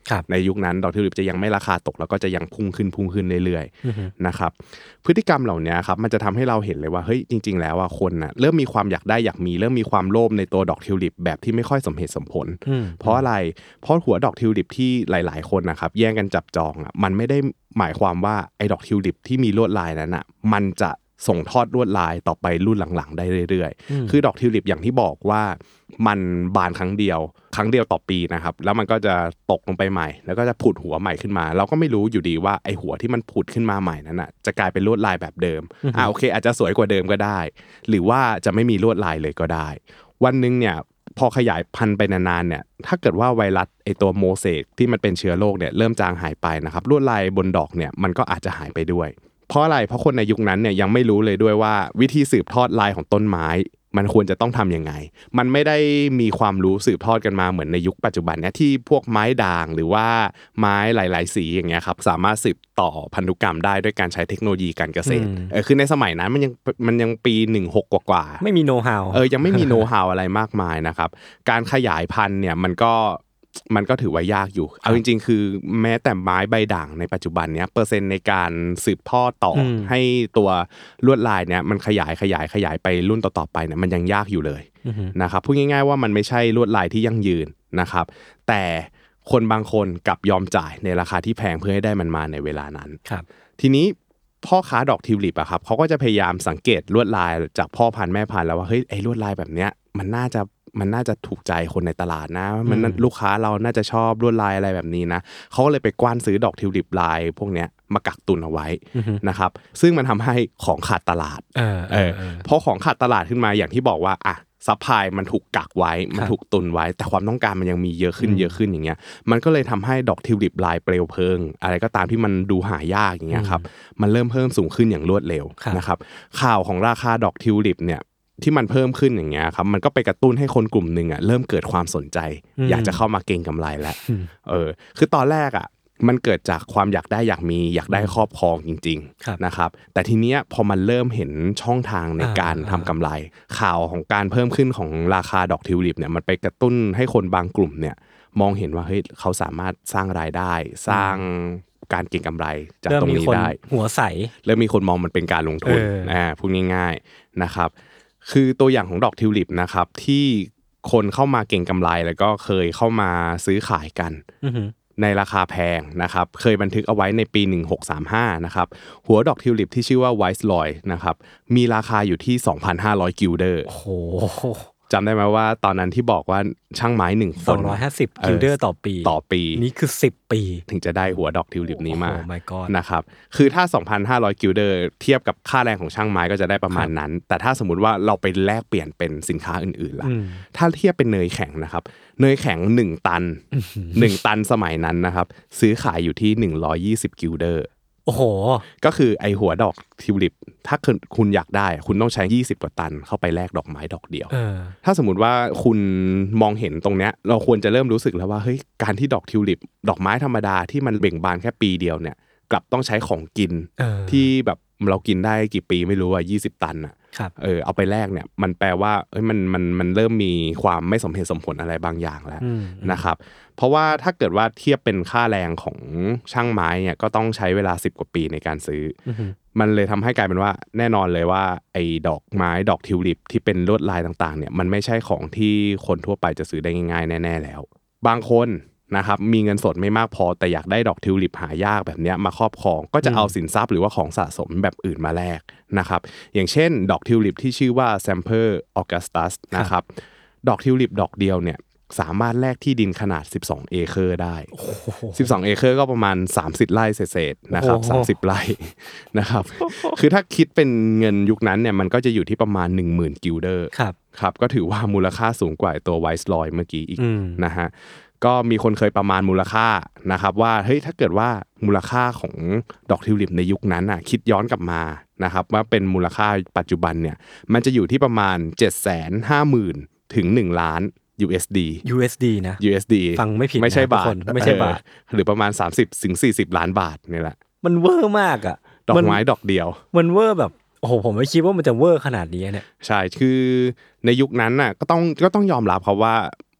ในยุคนั้นดอกทิวลิปจะยังไม่ราคาตกแล้วก็จะยังพุ่งขึ้นพุ่งขึ้นเรื่อยๆนะครับพฤติกรรมเหล่านี้ครับมันจะทำให้เราเห็นเลยว่าเฮ้ยจริงๆแล้วอ่ะคนน่ะเริ่มมีความอยากได้อยากมีเริ่มมีความโลภในตัวดอกทิวลิปแบบที่ไม่ค่อยสมเหตุสมผลเพราะอะไรเพราะหัวดอกทิวลิปที่หลายๆคนนะครับแย่งกันจับจองอ่ะมันไม่ได้หมายความว่าไอ้ดอกทิวลิปที่มีลวดลายนั้นอ่ะมันจะส่งทอดลวดลายต่อไปรุ่นหลังๆได้เรื่อยๆคือดอกทิวลิปอย่างที่บอกว่ามันบานครั้งเดียวครั้งเดียวต่อปีนะครับแล้วมันก็จะตกลงไปใหม่แล้วก็จะผุดหัวใหม่ขึ้นมาเราก็ไม่รู้อยู่ดีว่าไอหัวที่มันผุดขึ้นมาใหม่นั้นน่ะจะกลายเป็นลวดลายแบบเดิมอ่าโอเคอาจจะสวยกว่าเดิมก็ได้หรือว่าจะไม่มีลวดลายเลยก็ได้วันนึงเนี่ยพอขยายพันธุ์ไปนานๆเนี่ยถ้าเกิดว่าไวรัสไอตัวโมเสกที่มันเป็นเชื้อโรคเนี่ยเริ่มจางหายไปนะครับลวดลายบนดอกเนี่ยมันก็อาจจะหายไปด้วยเพราะอะไรเพราะคนในยุคนั้นเนี่ยยังไม่รู้เลยด้วยว่าวิธีสืบทอดลายของต้นไม้มันควรจะต้องทำยังไงมันไม่ได้มีความรู้สืบทอดกันมาเหมือนในยุคปัจจุบันเนี่ยที่พวกไม้ด่างหรือว่าไม้หลายๆสีอย่างเงี้ยครับสามารถสืบต่อพันธุกรรมได้ด้วยการใช้เทคโนโลยีการเกษตรเออคือในสมัยนั้นมันยังมันยังปีสิบหกกว่าๆไม่มีโน้ตฮาวเออยังไม่มีโน้ตฮาวอะไรมากมายนะครับการขยายพันธุ์เนี่ยมันก็มันก็ถือว่ายากอยู่เอาจริงๆคือแม้แต่ไม้ใบด่างในปัจจุบันเนี้ยเปอร์เซ็นต์ในการสืบทอดต่อให้ตัวลวดลายเนี้ยมันขยายขยายขยายไปรุ่นต่อๆไปเนี่ยมันยังยากอยู่เลยนะครับพูดง่ายๆว่ามันไม่ใช่ลวดลายที่ยั่งยืนนะครับแต่คนบางคนกลับยอมจ่ายในราคาที่แพงเพื่อให้ได้มันมาในเวลานั้นทีนี้พ่อค้าดอกทิวลิปอะครับเขาก็จะพยายามสังเกตลวดลายจากพ่อพันธุ์แม่พันธุ์แล้วว่าเฮ้ยไอ้ลวดลายแบบเนี้ยมันน่าจะมันน่าจะถูกใจคนในตลาดนะมันลูกค้าเราน่าจะชอบลวดลายอะไรแบบนี้นะเขาก็เลยไปกว้านซื้อดอกทิวลิปลายพวกเนี้ยมากักตุนเอาไว้นะครับซึ่งมันทำให้ของขาดตลาดเออเออพอของขาดตลาดขึ้นมาอย่างที่บอกว่าอ่ะซัพพลายมันถูกกักไว้มันถูกตุนไว้แต่ความต้องการมันยังมีเยอะขึ้นเยอะขึ้นอย่างเงี้ยมันก็เลยทำให้ดอกทิวลิปลายเปลวเพลิงอะไรก็ตามที่มันดูหายากอย่างเงี้ยครับมันเริ่มเพิ่มสูงขึ้นอย่างรวดเร็วนะครับข่าวของราคาดอกทิวลิปเนี่ยที่มันเพิ่มขึ้นอย่างเงี้ยครับมันก็ไปกระตุ้นให้คนกลุ่มนึงอ่ะเริ่มเกิดความสนใจอยากจะเข้ามาเก็งกำไรแล้วเออคือตอนแรกอ่ะมันเกิดจากความอยากได้อยากมีอยากได้ครอบครองจริงๆนะครับแต่ทีเนี้ยพอมันเริ่มเห็นช่องทางในการทำกำไรข่าวของการเพิ่มขึ้นของราคาดอกทิวลิปเนี่ยมันไปกระตุ้นให้คนบางกลุ่มเนี่ยมองเห็นว่าเฮ้ยเขาสามารถสร้างรายได้สร้างการเก็งกำไรจากตรงนี้ได้หัวใสเริ่มมีคนมองมันเป็นการลงทุนอ่าพูดง่ายๆนะครับคือตัวอย่างของดอกทิวลิปนะครับที่คนเข้ามาเก็งกำไรแล้วก็เคยเข้ามาซื้อขายกันในราคาแพงนะครับเคยบันทึกเอาไว้ในปีหนึ่งพันหกร้อยสามสิบห้านะครับหัวดอกทิวลิปที่ชื่อว่าไวส์ลอยนะครับมีราคาอยู่ที่ สองพันห้าร้อย กิลเดอร์โอ้โหจำได้ไหมว่าตอนนั้นที่บอกว่าช่างไม้หนึ่งคนสองร้อยห้าสิบกิลเดอร์ต่อปีต่อปีนี่คือสิบปีถึงจะได้หัวดอกทิวลิปนี้มา oh my god นะครับคือถ้า สองพันห้าร้อย กิลเดอร์เทียบกับค่าแรงของช่างไม้ก็จะได้ประมาณนั้นแต่ถ้าสมมุติว่าเราไปแลกเปลี่ยนเป็นสินค้าอื่นๆล่ะถ้าเทียบเป็นเนยแข็งนะครับเนยแข็งหนึ่งตันหนึ่งตันสมัยนั้นนะครับซื้อขายอยู่ที่หนึ่งร้อยยี่สิบกิลเดอร์โอ้โหก็คือไอหัวดอกทิวลิปถ้าคุณอยากได้คุณต้องใช้ยี่สิบกว่าตันเข้าไปแลกดอกไม้ดอกเดียวถ้าสมมุติว่าคุณมองเห็นตรงเนี้ยเราควรจะเริ่มรู้สึกแล้วว่าเฮ้ยการที่ดอกทิวลิปดอกไม้ธรรมดาที่มันเบ่งบานแค่ปีเดียวเนี่ยกลับต้องใช้ของกินที่แบบเรากินได้กี่ปีไม่รู้อ่ะยี่สิบตันอ่ะเออเอาไปแลกเนี่ยมันแปลว่าเอ้ยมันมันมันเริ่มมีความไม่สมเหตุสมผลอะไรบางอย่างแล้วนะครับเพราะว่าถ้าเกิดว่าเทียบเป็นค่าแรงของช่างไม้เนี่ยก็ต้องใช้เวลาสิบกว่าปีในการซื้อมันเลยทำให้กลายเป็นว่าแน่นอนเลยว่าไอ้ดอกไม้ดอกทิวลิปที่เป็นลวดลายต่างๆเนี่ยมันไม่ใช่ของที่คนทั่วไปจะซื้อได้ง่ายๆแน่ๆแล้วบางคนนะครับมีเงินสดไม่มากพอแต่อยากได้ดอกทิวลิปหายากแบบนี้มาครอบครองก็จะเอาสินทรัพย์หรือว่าของสะสมแบบอื่นมาแลกนะครับอย่างเช่นดอกทิวลิปที่ชื่อว่า Semper Augustus นะครับดอกทิวลิปดอกเดียวเนี่ยสามารถแลกที่ดินขนาดสิบสองเอเคอร์ได้สิบสองเอเคอร์ก็ประมาณสามสิบไร่เศษๆนะครับสามสิบไร่นะครับคือถ้าคิดเป็นเงินยุคนั้นเนี่ยมันก็จะอยู่ที่ประมาณ หนึ่งหมื่น กิลเดอร์ครับครับก็ถือว่ามูลค่าสูงกว่าตัวไวส์ลอยเมื่อกี้อีกนะฮะก็มีคนเคยประมาณมูลค่านะครับว่าเฮ้ยถ้าเกิดว่ามูลค่าของดอกทิวลิปในยุคนั้นน่ะคิดย้อนกลับมานะครับว่าเป็นมูลค่าปัจจุบันเนี่ยมันจะอยู่ที่ประมาณ เจ็ดแสนห้าหมื่น ถึงหนึ่งล้าน ยู เอส ดียู เอส ดี นะยู เอส ดีฟังไม่ผิดไม่ใช่บาทไม่ใช่บาทหรือประมาณสามสิบถึงสี่สิบล้านบาทนี่แหละมันเวอร์มากอ่ะดอกไม้ดอกเดียวมันเวอร์แบบโอ้โหผมไม่คิดว่ามันจะเวอร์ขนาดนี้เนี่ยใช่คือในยุคนั้นน่ะก็ต้องก็ต้องยอมรับครับว่า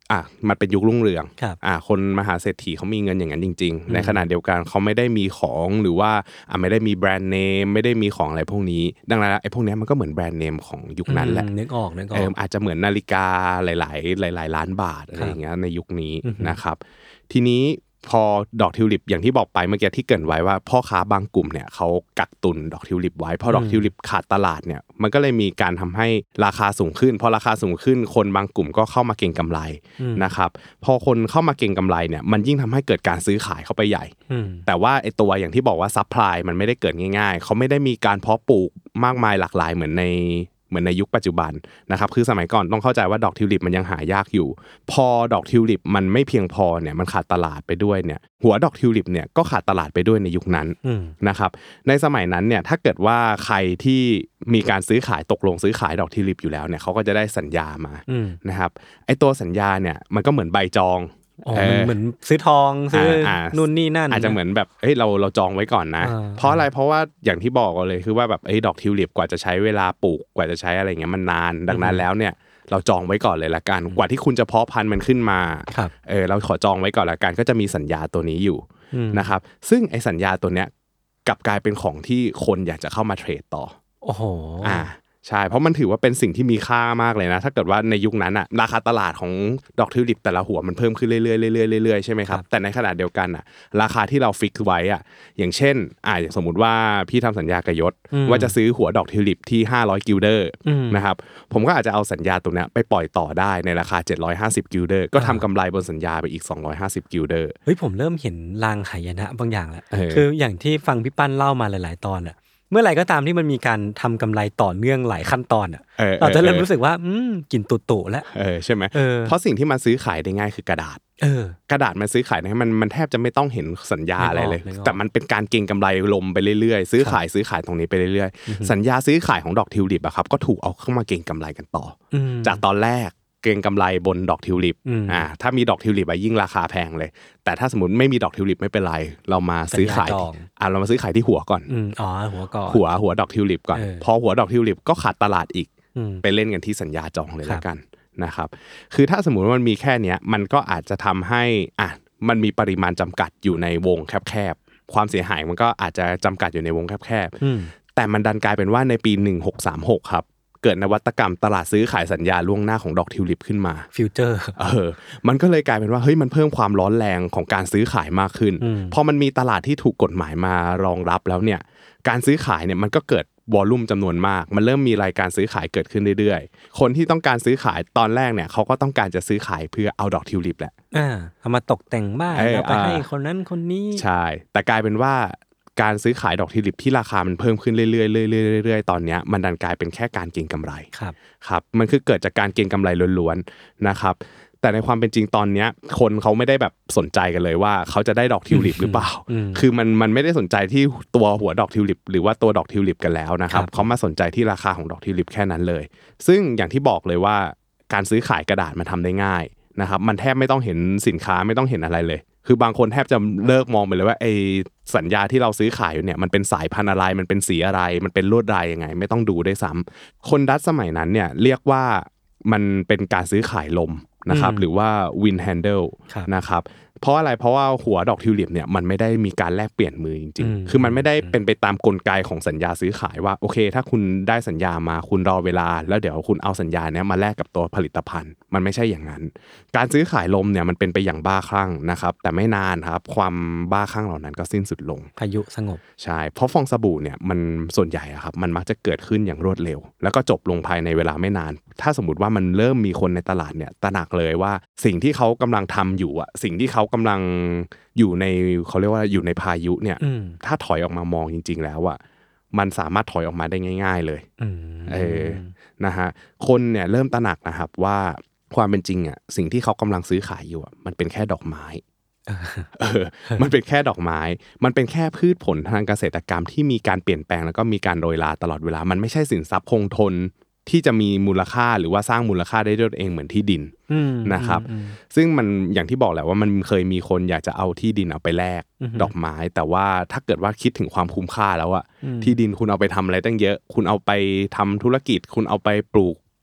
อ่ะมันเป็นยุครุ่งเรืองอ่ะคนมหาเศรษฐีเขามีเงินอย่างนั้นจริงๆในขณะเดียวกันเขาไม่ได้มีของหรือว่าอ่ะไม่ได้มีแบรนด์เนมไม่ได้มีของอะไรพวกนี้ดังนั้นไอ้พวกนี้มันก็เหมือนแบรนด์เนมของยุคนั้นแหละนึกออกนึกออกเอออาจจะเหมือนนาฬิกาหลายๆหลายๆล้านบาทอะไรอย่างเงี้ยในยุคนี้นะครับทีนี้พอดอกทิวลิปอย่างที่บอกไปเมื่อกี้ที่เกริ่นไว้ว่าพ่อค้าบางกลุ่มเนี่ยเขากักตุนดอกทิวลิปไว้พอดอกทิวลิปขาดตลาดเนี่ยมันก็เลยมีการทำให้ราคาสูงขึ้นพอราคาสูงขึ้นคนบางกลุ่มก็เข้ามาเก็งกำไรนะครับพอคนเข้ามาเก็งกำไรเนี่ยมันยิ่งทำให้เกิดการซื้อขายเข้าไปใหญ่แต่ว่าไอ้ตัวอย่างที่บอกว่าซัพพลายมันไม่ได้เกิดง่ายๆเขาไม่ได้มีการเพาะปลูกมากมายหลากหลายเหมือนในเหมือนในยุคปัจจุบันนะครับคือสมัยก่อนต้องเข้าใจว่าดอกทิวลิปมันยังหายากอยู่พอดอกทิวลิปมันไม่เพียงพอเนี่ยมันขาดตลาดไปด้วยเนี่ยหัวดอกทิวลิปเนี่ยก็ขาดตลาดไปด้วยในยุคนั้นนะครับในสมัยนั้นเนี่ยถ้าเกิดว่าใครที่มีการซื้อขายตกลงซื้อขายดอกทิวลิปอยู่แล้วเนี่ยเขาก็จะได้สัญญามานะครับไอ้ตัวสัญญาเนี่ยมันก็เหมือนใบจองอ๋อเหมือนซื้อทองซื้อนู่นนี่นั่นอาจจะเหมือนแบบเฮ้ยเราเราจองไว้ก่อนนะเพราะอะไรเพราะว่าอย่างที่บอกเลยคือว่าแบบไอ้ดอกทิวลิปกว่าจะใช้เวลาปลูกกว่าจะใช้อะไรเงี้ยมันนานดังนั้นแล้วเนี่ยเราจองไว้ก่อนเลยละกันกว่าที่คุณจะเพาะพันธุ์มันขึ้นมาเออเราขอจองไว้ก่อนละกันก็จะมีสัญญาตัวนี้อยู่นะครับซึ่งไอ้สัญญาตัวเนี้ยกลับกลายเป็นของที่คนอยากจะเข้ามาเทรดต่อโอ้โหอ่าใช่เพราะมันถือว่าเป็นสิ่งที่มีค่ามากเลยนะถ้าเกิดว่าในยุคนั้นอะราคาตลาดของดอกทิวลิปแต่ละหัวมันเพิ่มขึ้นเรื่อยๆเรื่อยๆเรื่อยๆใช่ไหมครับแต่ในขณะเดียวกันอะราคาที่เราฟิกไว้อะอย่างเช่นอ่าสมมุติว่าพี่ทำสัญญากับยศว่าจะซื้อหัวดอกทิวลิปที่ห้าร้อยกิลเดอร์นะครับผมก็อาจจะเอาสัญญาตัวเนี้ยไปปล่อยต่อได้ในราคาเจ็ดร้อยห้าสิบกิลเดอร์ก็ทำกำไรบนสัญญาไปอีกสองร้อยห้าสิบกิลเดอร์เฮ้ยผมเริ่มเห็นลางหายนะบางอย่างแล้วคืออย่างที่ฟังพี่ปั้นเล่ามาหลายๆตอนอะเมื่อไหร่ก็ตามที่มันมีการทำกำไรต่อเนื่องหลายขั้นตอนอ่ะเราจะเริ่มรู้สึกว่าอืมกลิ่นตุ่ๆแล้วเออใช่ไหมเพราะสิ่งที่มันซื้อขายได้ง่ายคือกระดาษเออกระดาษมันซื้อขายได้มันมันแทบจะไม่ต้องเห็นสัญญาอะไรเลยแต่มันเป็นการเก็งกำไรลมไปเรื่อยๆซื้อขายซื้อขายตรงนี้ไปเรื่อยๆสัญญาซื้อขายของดอกทิวลิปอะครับก็ถูกเอาเข้ามาเก็งกำไรกันต่อจากตอนแรกเก็งกำไรบนดอกทิวลิปอ่าถ้ามีดอกทิวลิปอะยิ่งราคาแพงเลยแต่ถ้าสมมติไม่มีดอกทิวลิปไม่เป็นไรเรามาซื้อขายอ่าเรามาซื้อขายที่หัวก่อนอ๋อหัวก่อนหัวหัวดอกทิวลิปก่อนพอหัวดอกทิวลิปก็ขาดตลาดอีกไปเล่นกันที่สัญญาจองเลยแล้วกันนะครับคือถ้าสมมุติว่ามันมีแค่เนี้ยมันก็อาจจะทำให้อ่ะมันมีปริมาณจำกัดอยู่ในวงแคบๆความเสียหายมันก็อาจจะจำกัดอยู่ในวงแคบๆแต่มันดันกลายเป็นว่าในปีหนึ่งพันหกร้อยสามสิบหกครับเกิดนวัตกรรมตลาดซื้อขายสัญญาล่วงหน้าของดอกทิวลิปขึ้นมาฟิวเจอร์เออมันก็เลยกลายเป็นว่าเฮ้ยมันเพิ่มความร้อนแรงของการซื้อขายมากขึ้นพอมันมีตลาดที่ถูกกฎหมายมารองรับแล้วเนี่ยการซื้อขายเนี่ยมันก็เกิดวอลลุ่มจำนวนมากมันเริ่มมีรายการซื้อขายเกิดขึ้นเรื่อยๆคนที่ต้องการซื้อขายตอนแรกเนี่ยเขาก็ต้องการจะซื้อขายเพื่อเอาดอกทิวลิปแหละอ่าเอามาตกแต่งบ้านเอาไปให้คนนั้นคนนี้ใช่แต่กลายเป็นว่าการซื้อขายดอกทิวลิปที่ราคามันเพิ่มขึ้นเรื่อยๆเรื่อยๆเรื่อยๆตอนนี้มันดันกลายเป็นแค่การเก็งกำไรครับครับมันคือเกิดจากการเก็งกำไรล้วนๆนะครับแต่ในความเป็นจริงตอนนี้คนเขาไม่ได้แบบสนใจกันเลยว่าเขาจะได้ดอกทิวลิปหรือเปล่าคือมันมันไม่ได้สนใจที่ตัวหัวดอกทิวลิปหรือว่าตัวดอกทิวลิปกันแล้วนะครับเขามาสนใจที่ราคาของดอกทิวลิปแค่นั้นเลยซึ่งอย่างที่บอกเลยว่าการซื้อขายกระดาษมันทำได้ง่ายนะครับมันแทบไม่ต้องเห็นสินค้าไม่ต้องเห็นอะไรเลยคือบางคนแทบจะเลิกมองไปเลยว่าไอ้สัญญาที่เราซื้อขายอยู่เนี่ยมันเป็นสายพันธุ์อะไรมันเป็นสีอะไรมันเป็นลวดลายยังไงไม่ต้องดูได้ซ้ำคนดัตช์สมัยนั้นเนี่ยเรียกว่ามันเป็นการซื้อขายลมนะครับหรือว่า wind handle นะครับเพราะอะไรเพราะว่าหัวดอกทิวลิปเนี่ยมันไม่ได้มีการแลกเปลี่ยนมือจริงๆคือมันไม่ได้เป็นไปตามกลไกของสัญญาซื้อขายว่าโอเคถ้าคุณได้สัญญามาคุณรอเวลาแล้วเดี๋ยวคุณเอาสัญญาเนี้ยมาแลกกับตัวผลิตภัณฑ์มันไม่ใช่อย่างนั้นการซื้อขายลมเนี่ยมันเป็นไปอย่างบ้าคลั่งนะครับแต่ไม่นานครับความบ้าคลั่งเหล่านั้นก็สิ้นสุดลงพายุสงบใช่เพราะฟองสบู่เนี่ยมันส่วนใหญ่อะครับมันมักจะเกิดขึ้นอย่างรวดเร็วแล้วก็จบลงภายในเวลาไม่นานถ้าสมมติว่ามันเริ่มมีคนในตลาดเนี่ยตระหนักเลยว่าสิ่งที่เขากำลังทำอยู่อะสิ่งที่เขากำลังอยู่ในเขาเรียกว่าอยู่ในพายุเนี่ยถ้าถอยออกมามองจริงๆแล้วอะมันสามารถถอยออกมาได้ง่ายๆเลยเออนะฮะคนเนี่ยเริ่มตระหนักนะครับว่าความเป็นจริงอะสิ่งที่เขากำลังซื้อขายอยู่อะมันเป็นแค่ดอกไม้เออมันเป็นแค่ดอกไม้มันเป็นแค่พืชผลทางเกษตรกรรมที่มีการเปลี่ยนแปลงแล้วก็มีการโรยลาตลอดเวลามันไม่ใช่สินทรัพย์คงทนที่จะมีมูลค่าหรือว่าสร้างมูลค่าได้ด้วยตัวเองเหมือนที่ดินนะครับซึ่งมันอย่างที่บอกแหละว่ามันเคยมีคนอยากจะเอาที่ดินเอาไปแลกดอกไม้แต่ว่าถ้าเกิดว่าคิดถึงความคุ้มค่าแล้วอะที่ดินคุณเอาไปทำอะไรตั้งเยอะคุณเอาไปทำธุรกิจคุณเอาไปปลูก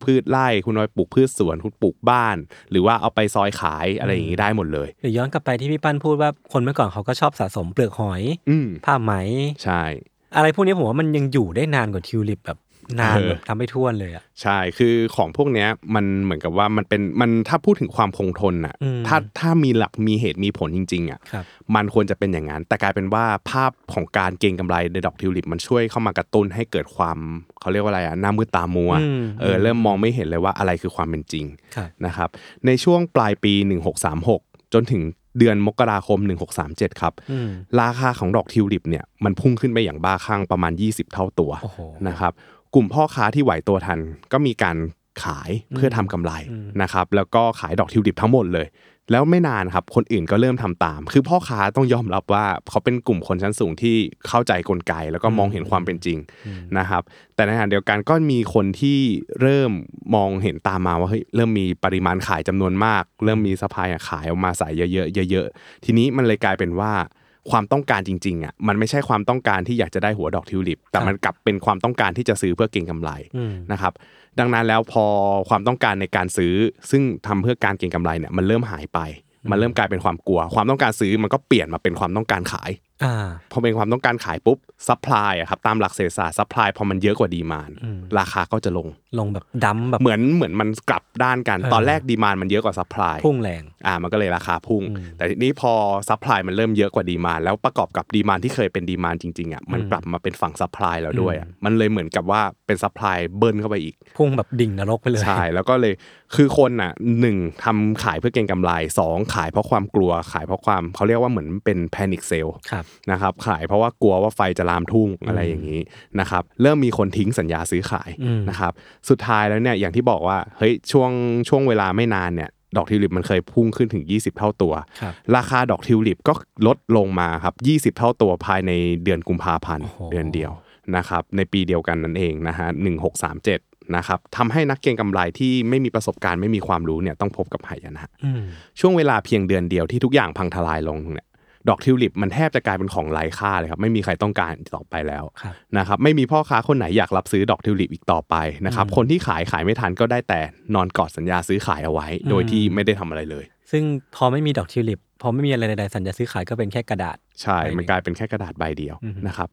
พืชไร่คุณเอาไปปลูกพืชสวนคุณปลูกบ้านหรือว่าเอาไปซอยขายอะไรอย่างนี้ได้หมดเลยหรือย้อนกลับไปที่พี่ปั้นพูดว่าคนเมื่อก่อนเขาก็ชอบสะสมเปลือกหอยผ้าไหมใช่อะไรพวกนี้ผมว่ามันยังอยู่ได้นานกว่าทิวลิปแบบนานแบบทำไม่ท้วนเลยอ่ะใช่คือของพวกเนี้ยมันเหมือนกับว่ามันเป็นมันถ้าพูดถึงความคงทนอ่ะถ้าถ้ามีหลักมีเหตุมีผลจริงๆอ่ะมันควรจะเป็นอย่างนั้นแต่กลายเป็นว่าภาพของการเก็งกำไรในดอกทิวลิปมันช่วยเข้ามากระตุ้นให้เกิดความเขาเรียกว่าอะไรอ่ะหน้ามืดตามัวเออเริ่มมองไม่เห็นเลยว่าอะไรคือความเป็นจริงนะครับในช่วงปลายปีหนึ่งหกสามหกจนถึงเดือนมกราคมหนึ่งหกสามเจ็ดครับราคาของดอกทิวลิปเนี่ยมันพุ่งขึ้นไปอย่างบ้าคลั่งประมาณยี่สิบเท่าตัวนะครับกลุ่มพ่อค้าที่ไหวตัวทันก็มีการขายเพื่อทำกำไรนะครับแล้วก็ขายดอกทิวลิปทั้งหมดเลยแล้วไม่นานครับคนอื่นก็เริ่มทำตามคือพ่อค้าต้องยอมรับว่าเขาเป็นกลุ่มคนชั้นสูงที่เข้าใจกลไกแล้วก็มองเห็นความเป็นจริงนะครับแต่ในขณะเดียวกันก็มีคนที่เริ่มมองเห็นตามมาว่าเฮ้ยเริ่มมีปริมาณขายจำนวนมากเริ่มมีซัพพลายขายออกมาใส่เยอะๆเยอะๆทีนี้มันเลยกลายเป็นว่าความต้องการจริงๆอ่ะมันไม่ใช่ความต้องการที่อยากจะได้หัวดอกทิวลิปแต่มันกลับเป็นความต้องการที่จะซื้อเพื่อเก็งกำไรนะครับดังนั้นแล้วพอความต้องการในการซื้อซึ่งทำเพื่อการเก็งกำไรเนี่ยมันเริ่มหายไปมันเริ่มกลายเป็นความกลัวความต้องการซื้อมันก็เปลี่ยนมาเป็นความต้องการขายพอเป็นความต้องการขายปุ๊บซัพพลายอ่ะครับตามหลักเศรษฐศาสตร์ซัพพลายพอมันเยอะกว่าดีมานด์ราคาก็จะลงลงแบบดั้มแบบเหมือนเหมือนมันกลับด้านกันตอนแรกดีมานด์มันเยอะกว่าซัพพลายพุ่งแรงอ่ามันก็เลยราคาพุ่งแต่ทีนี้พอซัพพลายมันเริ่มเยอะกว่าดีมานด์แล้วประกอบกับดีมานด์ที่เคยเป็นดีมานด์จริงๆอ่ะมันกลับมาเป็นฝั่งซัพพลายแล้วด้วยอ่ะมันเลยเหมือนกับว่าเป็นซัพพลายเบิ้ลเข้าไปอีกพุ่งแบบดิ่งนรกไปเลยใช่แล้วก็เลยคือคนอ่ะหนึ่งทำขายเพื่อเก็งกำไรสองขายเพราะความกลัวขายเพราะความเขาเรียกว่าเหมือนเป็นแพนิคเซลนะครับขายเพราะว่ากลัวว่าไฟจะลามทุ่งอะไรอย่างนี้นะครับเริ่มมีคนทิ้งสัญญาซื้อขายนะครับสุดท้ายแล้วเนี่ยอย่างที่บอกว่าเฮ้ยช่วงช่วงเวลาไม่นานเนี่ยดอกทิวลิปมันเคยพุ่งขึ้นถึงยี่สิบเท่าตัวราคาดอกทิวลิปก็ลดลงมาครับยี่สิบเท่าตัวภายในเดือนกุมภาพันธ์เดือนเดียวนะครับในปีเดียวกันนั่นเองนะฮะหนึ่งหกสามเจ็ดนะครับทำให้นักเก็งกำไรที่ไม่มีประสบการณ์ไม่มีความรู้เนี่ยต้องพบกับหายนะช่วงเวลาเพียงเดือนเดียวที่ทุกอย่างพังทลายลงเนี่ยดอกทิวลิปมันแทบจะกลายเป็นของไร้ค่าเลยครับไม่มีใครต้องการต่อไปแล้วนะครับไม่มีพ่อค้าคนไหนอยากรับซื้อดอกทิวลิปอีกต่อไปนะครับคนที่ขายขายไม่ทันก็ได้แต่นอนกอดสัญญาซื้อขายเอาไว้โดยที่ไม่ได้ทำอะไรเลยซึ่งพอไม่มีดอกทิวลิปพอไม่มีอะไรใดๆสัญญาซื้อขายก็เป็นแค่กระดาษใช่มันกลายเป็นแค่กระดาษใบเดียวนะครับ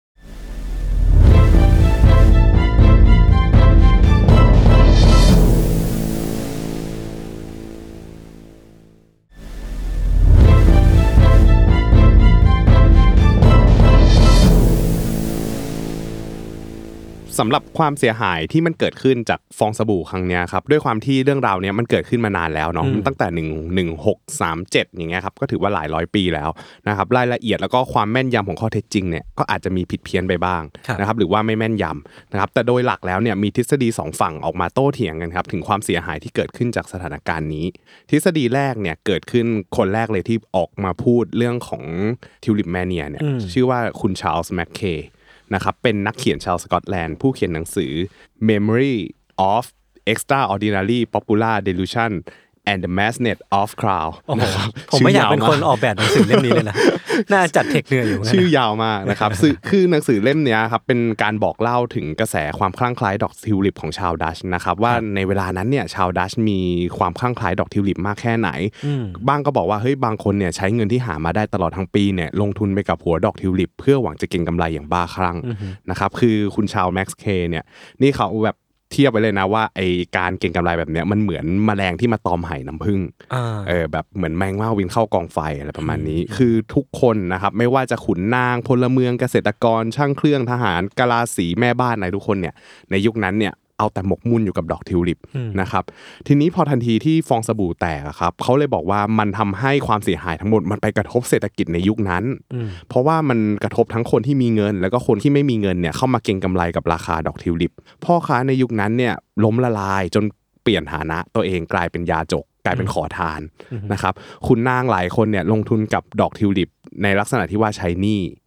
สำหรับความเสียหายที่มันเกิดขึ้นจากฟองสบู่ครั้งนี้ครับด้วยความที่เรื่องราวนี้มันเกิดขึ้นมานานแล้วเนาะตั้งแต่หนึ่ง หนึ่งหกสามเจ็ดอย่างเงี้ยครับก็ถือว่าหลายร้อยปีแล้วนะครับรายละเอียดแล้วก็ความแม่นยำของข้อเท็จจริงเนี่ยก็อาจจะมีผิดเพี้ยนไปบ้างนะครับหรือว่าไม่แม่นยำนะครับแต่โดยหลักแล้วเนี่ยมีทฤษฎีสองฝั่งออกมาโต้เถียงกันครับถึงความเสียหายที่เกิดขึ้นจากสถานการณ์นี้ทฤษฎีแรกเนี่ยเกิดขึ้นคนแรกเลยที่ออกมาพูดเรื่องของทิวลิปแมเนียเนี่ยชื่อว่าคุณชาร์ลส์แมคเคย์นะครับเป็นนักเขียนชาวสกอตแลนด์ผู้เขียนหนังสือ Memory of Extraordinary Popular Delusion and the Madness of Crowd นะครับผมไม่อยากเป็นคนออกแบบหนังสือเล่มนี้เลยนะน่าจัดเทคเหนื่อยอยู่นะชื่อยาวมากนะครับคือหนังสือเล่มนี้ครับเป็นการบอกเล่าถึงกระแสความคลั่งไคล้ดอกทิวลิปของชาวดัชนะครับว่าในเวลานั้นเนี่ยชาวดัชมีความคลั่งไคล้ดอกทิวลิปมากแค่ไหนบ้างก็บอกว่าเฮ้ยบางคนเนี่ยใช้เงินที่หามาได้ตลอดทั้งปีเนี่ยลงทุนไปกับหัวดอกทิวลิปเพื่อหวังจะเก็งกำไรอย่างบ้าคลั่งนะครับคือคุณชาร์ลส์แม็กซ์เคเนี่ยนี่เขาแบบเทียบไปเลยนะว่าไอการเก็งกำไรแบบเนี้ยมันเหมือนแมลงที่มาตอมไห่น้ำผึ้งเออแบบเหมือนแมงเม่าวินเข้ากองไฟอะไรประมาณนี้คือทุกคนนะครับไม่ว่าจะขุนนางพลเมืองเกษตรกรช่างเครื่องทหารกะลาสีแม่บ้านอะไรทุกคนเนี่ยในยุคนั้นเนี่ยเอาแต่หมกมุ่นอยู่กับดอกทิวลิปนะครับทีนี้พอทันทีที่ฟองสบู่แตกครับเขาเลยบอกว่ามันทำให้ความเสียหายทั้งหมดมันไปกระทบเศรษฐกิจในยุคนั้นเพราะว่ามันกระทบทั้งคนที่มีเงินแล้วก็คนที่ไม่มีเงินเนี่ยเข้ามาเก็งกำไรกับราคาดอกทิวลิปพ่อค้าในยุคนั้นเนี่ยล้มละลายจนเปลี่ยนฐานะตัวเองกลายเป็นยาจกกลายเป็นขอทานนะครับคุณนางหลายคนเนี่ยลงทุนกับดอกทิวลิปในลักษณะที่ว่าใช้หนี้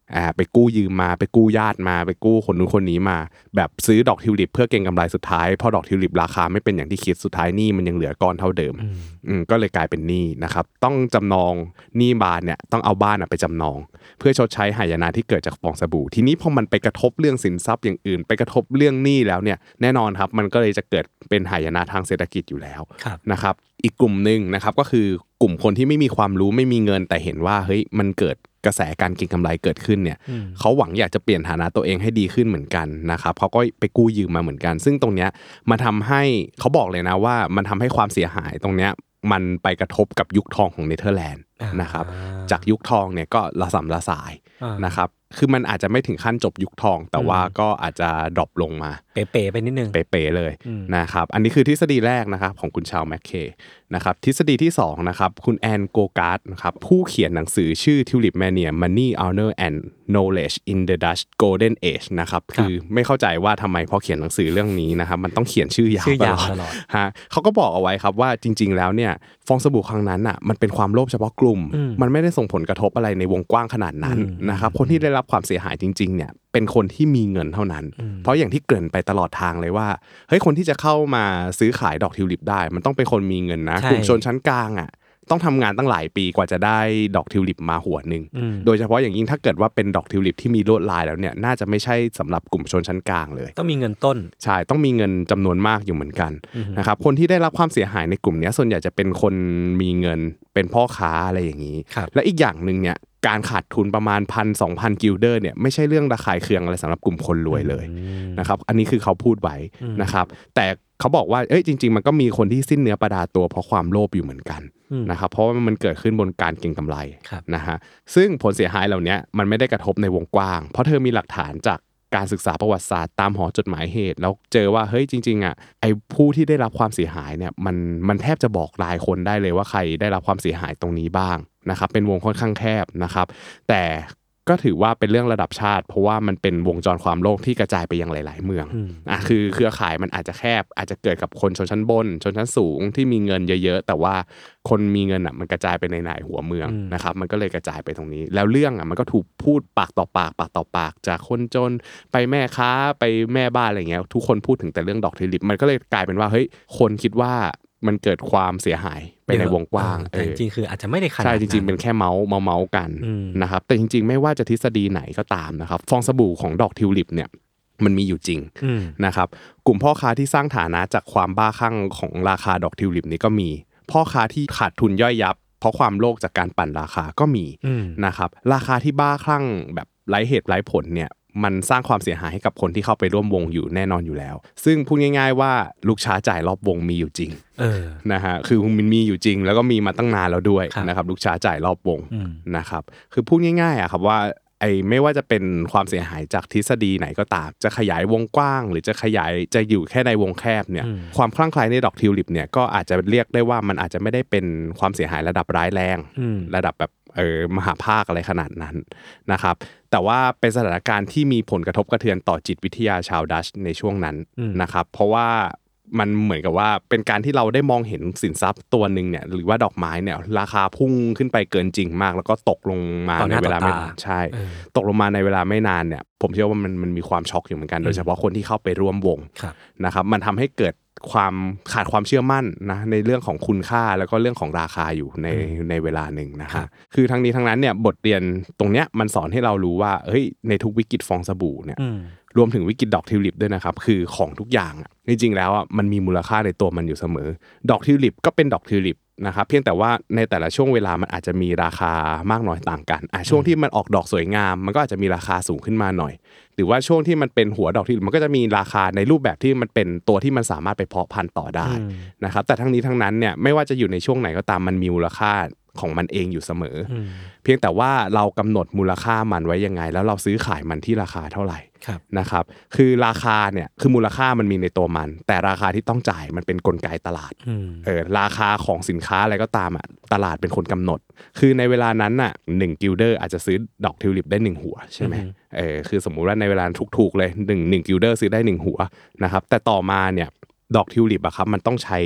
อ่าไปกู้ยืมมาไปกู้ญาติมาไปกู้คนนู้นคนนี้มาแบบซื้อดอกทิวลิปเพื่อเก็งกำไรสุดท้ายพอดอกทิวลิปราคาไม่เป็นอย่างที่คิดสุดท้ายหนี้มันยังเหลือก้อนเท่าเดิมอืมก็เลยกลายเป็นหนี้นะครับต้องจำนองหนี้บ้านเนี่ยต้องเอาบ้านไปจำนองเพื่อชดใช้หายนะที่เกิดจากฟองสบู่ทีนี้พอมันไปกระทบเรื่องสินทรัพย์อย่างอื่นไปกระทบเรื่องหนี้แล้วเนี่ยแน่นอนครับมันก็เลยจะเกิดเป็นหายนะทางเศรษฐกิจอยู่แล้วนะครับอีกกลุ่มนึงนะครับก็คือกลุ่มคนที่ไม่มีความรู้ไม่มีเงินแต่เห็นว่าเฮ้ยมันเกิดกระแสการเก็งกำไรเกิดขึ้นเนี่ยเขาหวังอยากจะเปลี่ยนฐานะตัวเองให้ดีขึ้นเหมือนกันนะครับเขาก็ไปกู้ยืมมาเหมือนกันซึ่งตรงเนี้ยมาทำให้เขาบอกเลยนะว่ามันทำให้ความเสียหายตรงเนี้ยมันไปกระทบกับยุคทองของเนเธอร์แลนด์นะครับจากยุคทองเนี่ยก็ระสำระสายนะครับคือมันอาจจะไม่ถึงขั้นจบยุคทองแต่ว่าก็อาจจะดรอปลงมาเป๋ๆไปนิดนึงเป๋ๆเลยนะครับอันนี้คือทฤษฎีแรกนะครับของคุณชาลแมคเคย์นะครับทฤษฎีที่สองนะครับคุณแอนโกการ์ดนะครับผู้เขียนหนังสือชื่อ Tulip Mania Money Honor and Knowledge in the Dutch Golden Age นะครับคือไม่เข้าใจว่าทำไมพอเขียนหนังสือเรื่องนี้นะครับมันต้องเขียนชื่อยาวตลอดฮะเขาก็บอกเอาไว้ครับว่าจริงๆแล้วเนี่ยฟองสบู่ครั้งนั้นอ่ะมันเป็นความโลภเฉพาะกลุ่มมันไม่ได้ส่งผลกระทบอะไรในวงกว้างขนาดนั้นนะครับคนที่ได้รับความเสียหายจริงๆเนี่ยเป็นคนที่มีเงินเท่านั้นเพราะอย่างที่เกริ่นไปตลอดทางเลยว่าเฮ้ยคนที่จะเข้ามาซื้อขายดอกทิวลิปได้มันต้องเป็นคนมีเงินนะกลุ่มชนชั้นกลางอ่ะต้องทำงานตั้งหลายปีกว่าจะได้ดอกทิวลิปมาหัวนึงโดยเฉพาะอย่างยิ่งถ้าเกิดว่าเป็นดอกทิวลิปที่มีลวดลายแล้วเนี่ยน่าจะไม่ใช่สำหรับกลุ่มชนชั้นกลางเลยต้องมีเงินต้นใช่ต้องมีเงินจำนวนมากอยู่เหมือนกันนะครับคนที่ได้รับความเสียหายในกลุ่มนี้ส่วนใหญ่จะเป็นคนมีเงินเป็นพ่อค้าอะไรอย่างนี้และอีกอย่างนึงเนี่ยการขาดทุนประมาณ หนึ่งพัน สองพัน กิลเดอร์เนี่ยไม่ใช่เรื่องระคายเคืองอะไรสำหรับกลุ่มคนรวยเลยนะครับอันนี้คือเขาพูดไว้นะครับแต่เขาบอกว่าเอ้ยจริงๆมันก็มีคนที่สิ้นเนื้อประดาตัวเพราะความโลภอยู่เหมือนกันนะครับเพราะว่ามันเกิดขึ้นบนการเก็งกำไรนะฮะซึ่งผลเสียหายเหล่านี้มันไม่ได้กระทบในวงกว้างเพราะเธอมีหลักฐานจากการศึกษาประวัติศาสตร์ตามหอจดหมายเหตุแล้วเจอว่าเฮ้ยจริงๆอ่ะไอ้ผู้ที่ได้รับความเสียหายเนี่ยมันมันแทบจะบอกรายคนได้เลยว่าใครได้รับความเสียหายตรงนี้บ้างนะครับเป็นวงค่อนข้างแคบนะครับแต่ก็ถือว่าเป็นเรื่องระดับชาติเพราะว่ามันเป็นวงจรความโลภที่กระจายไปยังหลายๆเมืองอ่ะคือเครือข่ายมันอาจจะแคบอาจจะเกิดกับคนชนชั้นบนชนชั้นสูงที่มีเงินเยอะๆแต่ว่าคนมีเงินอ่ะมันกระจายไปในหลายหัวเมืองนะครับมันก็เลยกระจายไปตรงนี้แล้วเรื่องอ่ะมันก็ถูกพูดปากต่อปากปากต่อปากจากคนจนไปแม่ค้าไปแม่บ้านอะไรเงี้ยทุกคนพูดถึงแต่เรื่องดอกทิวลิปมันก็เลยกลายเป็นว่าเฮ้ยคนคิดว่ามันเกิดความเสียหายไปในวงกว้างแต่จริงๆคืออาจจะไม่ได้ขนาดนั้นใช่จริงๆเป็นแค่เมาส์เมาส์กันนะครับแต่จริงๆไม่ว่าจะทฤษฎีไหนก็ตามนะครับฟองสบู่ของดอกทิวลิปเนี่ยมันมีอยู่จริงนะครับกลุ่มพ่อค้าที่สร้างฐานะจากความบ้าคลั่งของราคาดอกทิวลิปนี้ก็มีพ่อค้าที่ขาดทุนย่อยยับเพราะความโลภจากการปั่นราคาก็มีนะครับราคาที่บ้าคลั่งแบบไร้เหตุไร้ผลเนี่ยมันสร้างความเสียหายให้กับคนที่เข้าไปร่วมวงอยู่แน่นอนอยู่แล้วซึ่งพูดง่ายๆว่าลูกช้าจ่ายรอบวงมีอยู่จริงนะฮะคือมันมีอยู่จริงแล้วก็มีมาตั้งนานแล้วด้วยนะครับลูกช้าจ่ายรอบวงนะครับคือพูดง่ายๆอ่ะครับว่าไอ้ไม่ว่าจะเป็นความเสียหายจากทฤษฎีไหนก็ตามจะขยายวงกว้างหรือจะขยายจะอยู่แค่ในวงแคบเนี่ยความคลั่งไคล้ในดอกทิวลิปเนี่ยก็อาจจะเรียกได้ว่ามันอาจจะไม่ได้เป็นความเสียหายระดับร้ายแรงระดับแบบเออมหาภาคอะไรขนาดนั้นนะครับแต่ว่าเป็นสถานการณ์ที่มีผลกระทบกระเทือนต่อจิตวิทยาชาวดัชในช่วงนั้นนะครับเพราะว่ามันเหมือนกับว่าเป็นการที่เราได้มองเห็นสินทรัพย์ตัวนึงเนี่ยหรือว่าดอกไม้เนี่ยราคาพุ่งขึ้นไปเกินจริงมากแล้วก็ตกลงมาในเวลาไม่นานใช่ตกลงมาในเวลาไม่นานเนี่ยผมเชื่อว่ามันมันมีความช็อกอยู่เหมือนกันโดยเฉพาะคนที่เข้าไปร่วมวงนะครับมันทำให้เกิดความขาดความเชื่อมั่นนะในเรื่องของคุณค่าแล้วก็เรื่องของราคาอยู่ในในเวลาหนึ่งนะครับคือทั้งนี้ทั้งนั้นเนี่ยบทเรียนตรงเนี้ยมันสอนให้เรารู้ว่าเฮ้ยในทุกวิกฤตฟองสบู่เนี่ยรวมถึงวิกฤตดอกทิวลิปด้วยนะครับคือของทุกอย่างจริงๆแล้วอ่ะมันมีมูลค่าในตัวมันอยู่เสมอดอกทิวลิปก็เป็นดอกทิวลิปนะครับเพียงแต่ว่าในแต่ละช่วงเวลามันอาจจะมีราคามากน้อยต่างกันอ่ะช่วงที่มันออกดอกสวยงามมันก็อาจจะมีราคาสูงขึ้นมาหน่อยหรือว่าช่วงที่มันเป็นหัวดอกทิวลิปมันก็จะมีราคาในรูปแบบที่มันเป็นตัวที่มันสามารถไปเพาะพันธุ์ต่อได้นะครับแต่ทั้งนี้ทั้งนั้นเนี่ยไม่ว่าจะอยู่ในช่วงไหนก็ตามมันมีมูลค่าของมันเองอยู่เสมอเพียงแต่ว่าเรากำหนดมูลค่ามันไว้ยังไงแล้วเราซื้อขายมันที่ราคาเท่าไหร่นะครับคือราคาเนี่ยคือมูลค่ามันมีในตัวมันแต่ราคาที่ต้องจ่ายมันเป็นกลไกตลาดเออราคาของสินค้าอะไรก็ตามอ่ะตลาดเป็นคนกำหนดคือในเวลานั้นน่ะหนึ่งกิลเดอร์อาจจะซื้อดอกทิวลิปได้หนึ่งหัวใช่ไหมเออคือสมมุติว่าในเวลาถูกๆเลย1 1กิลเดอร์ซื้อได้หนึ่งหัวนะครับแต่ต่อมาเนี่ยดอกทิวลิปอะครับมันต้องใช้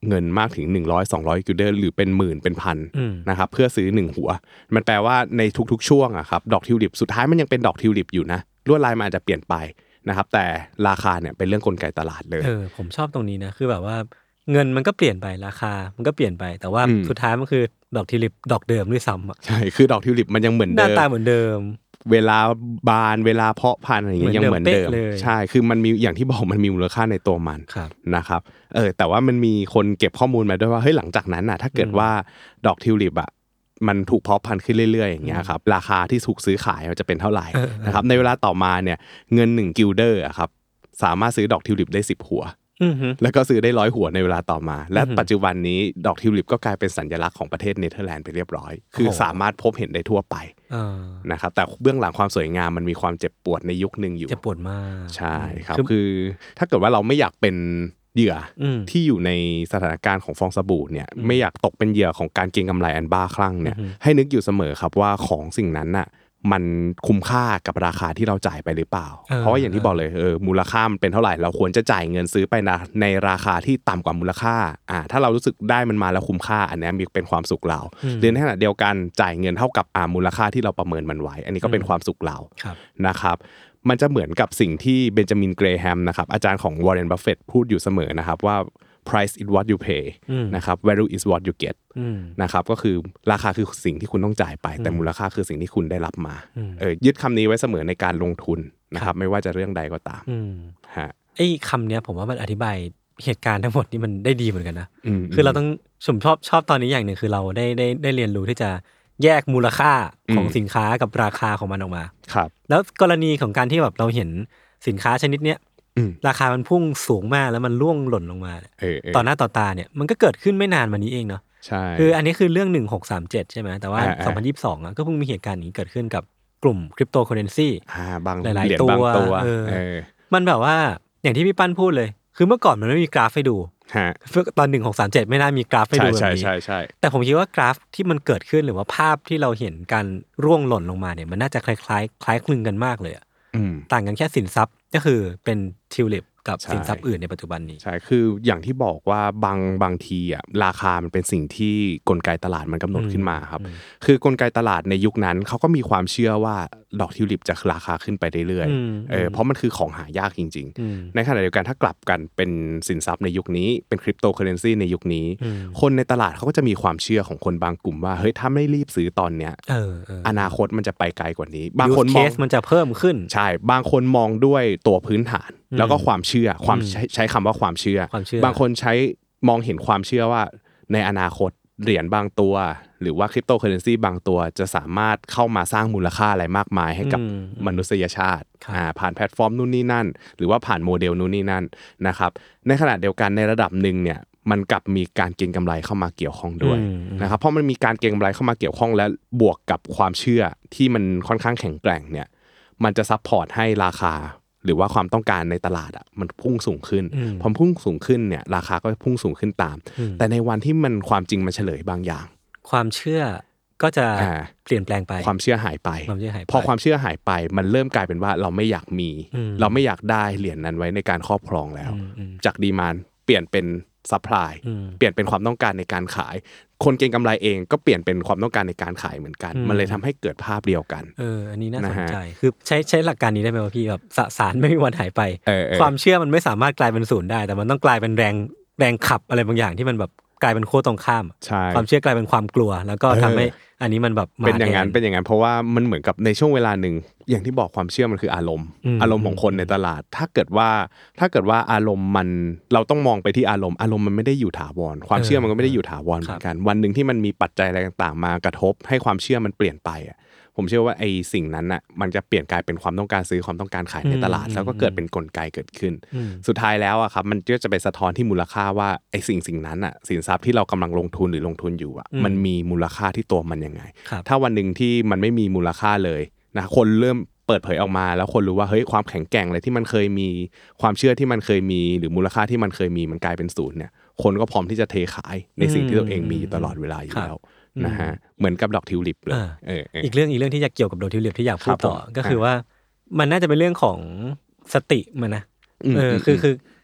เงินมากถึงหนึ่งร้อย สองร้อยกิลเดอร์หรือเป็นหมื่นเป็นพันนะครับเพื่อซื้อหนึ่งหัวมันแปลว่าในทุกๆช่วงอะครับดอกทิวลิปสุดท้ายมันยังเป็นดอกทิวลิปอยู่นะลวดลายมันอาจจะเปลี่ยนไปนะครับแต่ราคาเนี่ยเป็นเรื่องกลไกตลาดเลยเออผมชอบตรงนี้นะคือแบบว่าเงินมันก็เปลี่ยนไปราคามันก็เปลี่ยนไปแต่ว่าสุดท้ายมันคือดอกทิวลิปดอกเดิมด้วยซ้ำอ่ะใช่คือดอกทิวลิปมันยังเหมือนเดิมหน้าตาเหมือนเดิมเวลาบานเวลาเพาะพันธุ์อะไรอย่างเงี้ยยังเหมือนเดิมใช่คือมันมีอย่างที่บอกมันมีมูลค่าในตัวมันนะครับเออแต่ว่ามันมีคนเก็บข้อมูลมาด้วยว่าเฮ้ยหลังจากนั้นน่ะถ้าเกิดว่าดอกทิวลิปอ่ะมันถูกเพาะพันธุ์ขึ้นเรื่อยๆอย่างเงี้ยครับราคาที่ถูกซื้อขายมันจะเป็นเท่าไหร่นะครับในเวลาต่อมาเนี่ยเงินหนึ่งกิลเดอร์อ่ะครับสามารถซื้อดอกทิวลิปได้สิบหัวแล้วก็ซื้อได้ร้อยหัวในเวลาต่อมาและปัจจุบันนี้ดอกทิวลิปก็กลายเป็นสัญลักษณ์ของประเทศเนเธอร์แลนด์ไปเรียบร้อยคือสามารถพบเห็นได้ทั่วไปนะครับแต่เบื้องหลังความสวยงามมันมีความเจ็บปวดในยุคนึงอยู่เจ็บปวดมากใช่ครับคือถ้าเกิดว่าเราไม่อยากเป็นเหยื่อที่อยู่ในสถานการณ์ของฟองสบู่เนี่ยไม่อยากตกเป็นเหยื่อของการเก็งกำไรอันบ้าคลั่งเนี่ยให้นึกอยู่เสมอครับว่าของสิ่งนั้นน่ะมันคุ้มค่ากับราคาที่เราจ่ายไปหรือเปล่าเพราะว่าอย่างที่บอกเลยเออมูลค่ามันเป็นเท่าไหร่เราควรจะจ่ายเงินซื้อไปนะในราคาที่ต่ำกว่ามูลค่าอ่าถ้าเรารู้สึกได้มันมาแล้วคุ้มค่าอันนี้มีเป็นความสุขเราหรือในขณะเดียวกันจ่ายเงินเท่ากับอ่ามูลค่าที่เราประเมินมันไว้อันนี้ก็เป็นความสุขเรานะครับมันจะเหมือนกับสิ่งที่เบนจามินเกรแฮมนะครับอาจารย์ของวอร์เรน บัฟเฟตต์พูดอยู่เสมอนะครับว่าprice is what you pay นะครับ value is what you get นะครับก็คือราคาคือสิ่งที่คุณต้องจ่ายไปแต่มูลค่าคือสิ่งที่คุณได้รับมาเออยึดคำนี้ไว้เสมอในการลงทุนนะครับไม่ว่าจะเรื่องใดก็ตามฮะไอ้คำเนี้ยผมว่ามันอธิบายเหตุการณ์ทั้งหมดนี่มันได้ดีเหมือนกันนะคือเราต้องผมชอบชอบตอนนี้อย่างหนึ่งคือเราได้ได้ได้เรียนรู้ที่จะแยกมูลค่าของสินค้ากับราคาของมันออกมาครับแล้วกรณีของการที่แบบเราเห็นสินค้าชนิดเนี้ยราคามันพุ่งสูงมากแล้วมันร่วงหล่นลงมาต่อหน้าต่อตาเนี่ยมันก็เกิดขึ้นไม่นานมานี้เองเนาะใช่คืออันนี้คือเรื่องหนึ่งหกสามเจ็ดใช่ไหมแต่ว่าสองพันยี่สิบสองอ่ะก็เพิ่งมีเหตุการณ์นี้เกิดขึ้นกับกลุ่มคริปโตเคอเรนซีหลายๆตัวเออมันแบบว่าอย่างที่พี่ปั้นพูดเลยคือเมื่อก่อนมันไม่มีกราฟให้ดูตอนหนึ่งหกสามเจ็ดไม่น่ามีกราฟให้ดูแบบนี้แต่ผมคิดว่ากราฟที่มันเกิดขึ้นหรือว่าภาพที่เราเห็นการร่วงหล่นลงมาเนี่ยมันน่าจะคล้ายๆคล้ายคลึงกันมากเลยอ่ะต่างกันแค่สินทรัพย์ก็คือเป็นทิวลิปกับสินทรัพย์อื่นในปัจจุบันนี้ใช่คืออย่างที่บอกว่าบางบางทีอ่ะราคามันเป็นสิ่งที่กลไกตลาดมันกำหนดขึ้นมาครับคือกลไกตลาดในยุคนั้นเขาก็มีความเชื่อว่าดอกทิวลิปจะราคาขึ้นไปเรื่อยๆเออเพราะมันคือของหายากจริงๆในขณะเดียวกันถ้ากลับกันเป็นสินทรัพย์ในยุคนี้เป็นคริปโตเคอเรนซีในยุคนี้คนในตลาดเขาก็จะมีความเชื่อของคนบางกลุ่มว่าเฮ้ยถ้าไม่รีบซื้อตอนเนี้ยอนาคตมันจะไปไกลกว่านี้บางคนมองมันจะเพิ่มขึ้นใช่บางคนมองด้วยตัวพื้นฐานแล้วก็ความเชื่อความใช้ใช้คำว่าความเชื่อบางคนใช้มองเห็นความเชื่อว่าในอนาคตเหรียญบางตัวหรือว่าคริปโตเคอเรนซีบางตัวจะสามารถเข้ามาสร้างมูลค่าอะไรมากมายให้กับมนุษยชาติอ่าผ่านแพลตฟอร์มนู่นนี่นั่นหรือว่าผ่านโมเดลนู่นนี่นั่นนะครับในขณะเดียวกันในระดับหนึ่งเนี่ยมันกลับมีการเก็งกำไรเข้ามาเกี่ยวข้องด้วยนะครับเพราะมันมีการเก็งกำไรเข้ามาเกี่ยวข้องและบวกกับความเชื่อที่มันค่อนข้างแข็งแกร่งเนี่ยมันจะซัพพอร์ตให้ราคาหรือว่าความต้องการในตลาดอ่ะมันพุ่งสูงขึ้นพอพุ่งสูงขึ้นเนี่ยราคาก็พุ่งสูงขึ้นตามแต่ในวันที่มันความจริงมันเฉลยบางอย่างความเชื่อก็จะเปลี่ยนแปลงไปความเชื่อหายไปพอความเชื่อหายไปมันเริ่มกลายเป็นว่าเราไม่อยากมีเราไม่อยากได้เหรียญนั้นไว้ในการครอบครองแล้วจากดีมานด์เปลี่ยนเป็นซัพพลายเปลี่ยนเป็นความต้องการในการขายคนเก็งกำไรเองก็เปลี่ยนเป็นความต้องการในการขายเหมือนกันมันเลยทำให้เกิดภาพเดียวกันเอออันนี้น่าสนใจคือใช้ใช้หลักการนี้ได้ไหมวะพี่แบบสสารไม่มีวันหายไปความเชื่อมันไม่สามารถกลายเป็นศูนย์ได้แต่มันต้องกลายเป็นแรงแรงขับอะไรบางอย่างที่มันแบบกลายเป็นโค้ดตรงข้ามความเชื่อกลายเป็นความกลัวแล้วก็ทำให้อันนี้มันแบบเป็นอย่างนั้นเป็นอย่างนั้นเพราะว่ามันเหมือนกับในช่วงเวลาหนึ่งอย่างที่บอกความเชื่อมันคืออารมณ์อารมณ์ของคนในตลาดถ้าเกิดว่าถ้าเกิดว่าอารมณ์มันเราต้องมองไปที่อารมณ์อารมณ์มันไม่ได้อยู่ถาวรความเชื่อมันก็ไม่ได้อยู่ถาวรเหมือนกันวันนึงที่มันมีปัจจัยอะไรต่างๆมากระทบให้ความเชื่อมันเปลี่ยนไปอ่ะผมเชื่อว่าไอ้สิ่งนั้นน่ะมันจะเปลี่ยนกลายเป็นความต้องการซื้อความต้องการขายในตลาดแล้วก็เกิดเป็นกลไกเกิดขึ้นสุดท้ายแล้วอ่ะครับมันก็จะไปสะท้อนที่มูลค่าว่าไอ้สิ่งสิ่งนั้นอ่ะสินทรัพย์ที่เรากำลังลงทุนหรือลงทุนอยู่อ่ะมันมีมูลค่าที่ตัวมันยังไงถ้าวันนึงที่มันไม่มีมูลค่าเลยนะคนเริ่มเปิดเผยออกมาแล้วคนรู้ว่าเฮ้ยความแข็งแกร่งอะไรที่มันเคยมีความเชื่อที่มันเคยมีหรือมูลค่าที่มันเคยมีมันกลายเป็นศูนย์เนี่ยคนก็พร้อมที่จะเทขายในสิ่งที่ตัวเองมีตลอดเวลาอยู่แล้วนะฮะเหมือนกับดอกทิวลิปเลยเอออีกเรื่องอีกเรื่องที่อยากเกี่ยวกับดอกทิวลิปที่อยากพูดต่อก็คือว่ามันน่าจะเป็นเรื่องของสติมันนะเออคือคือ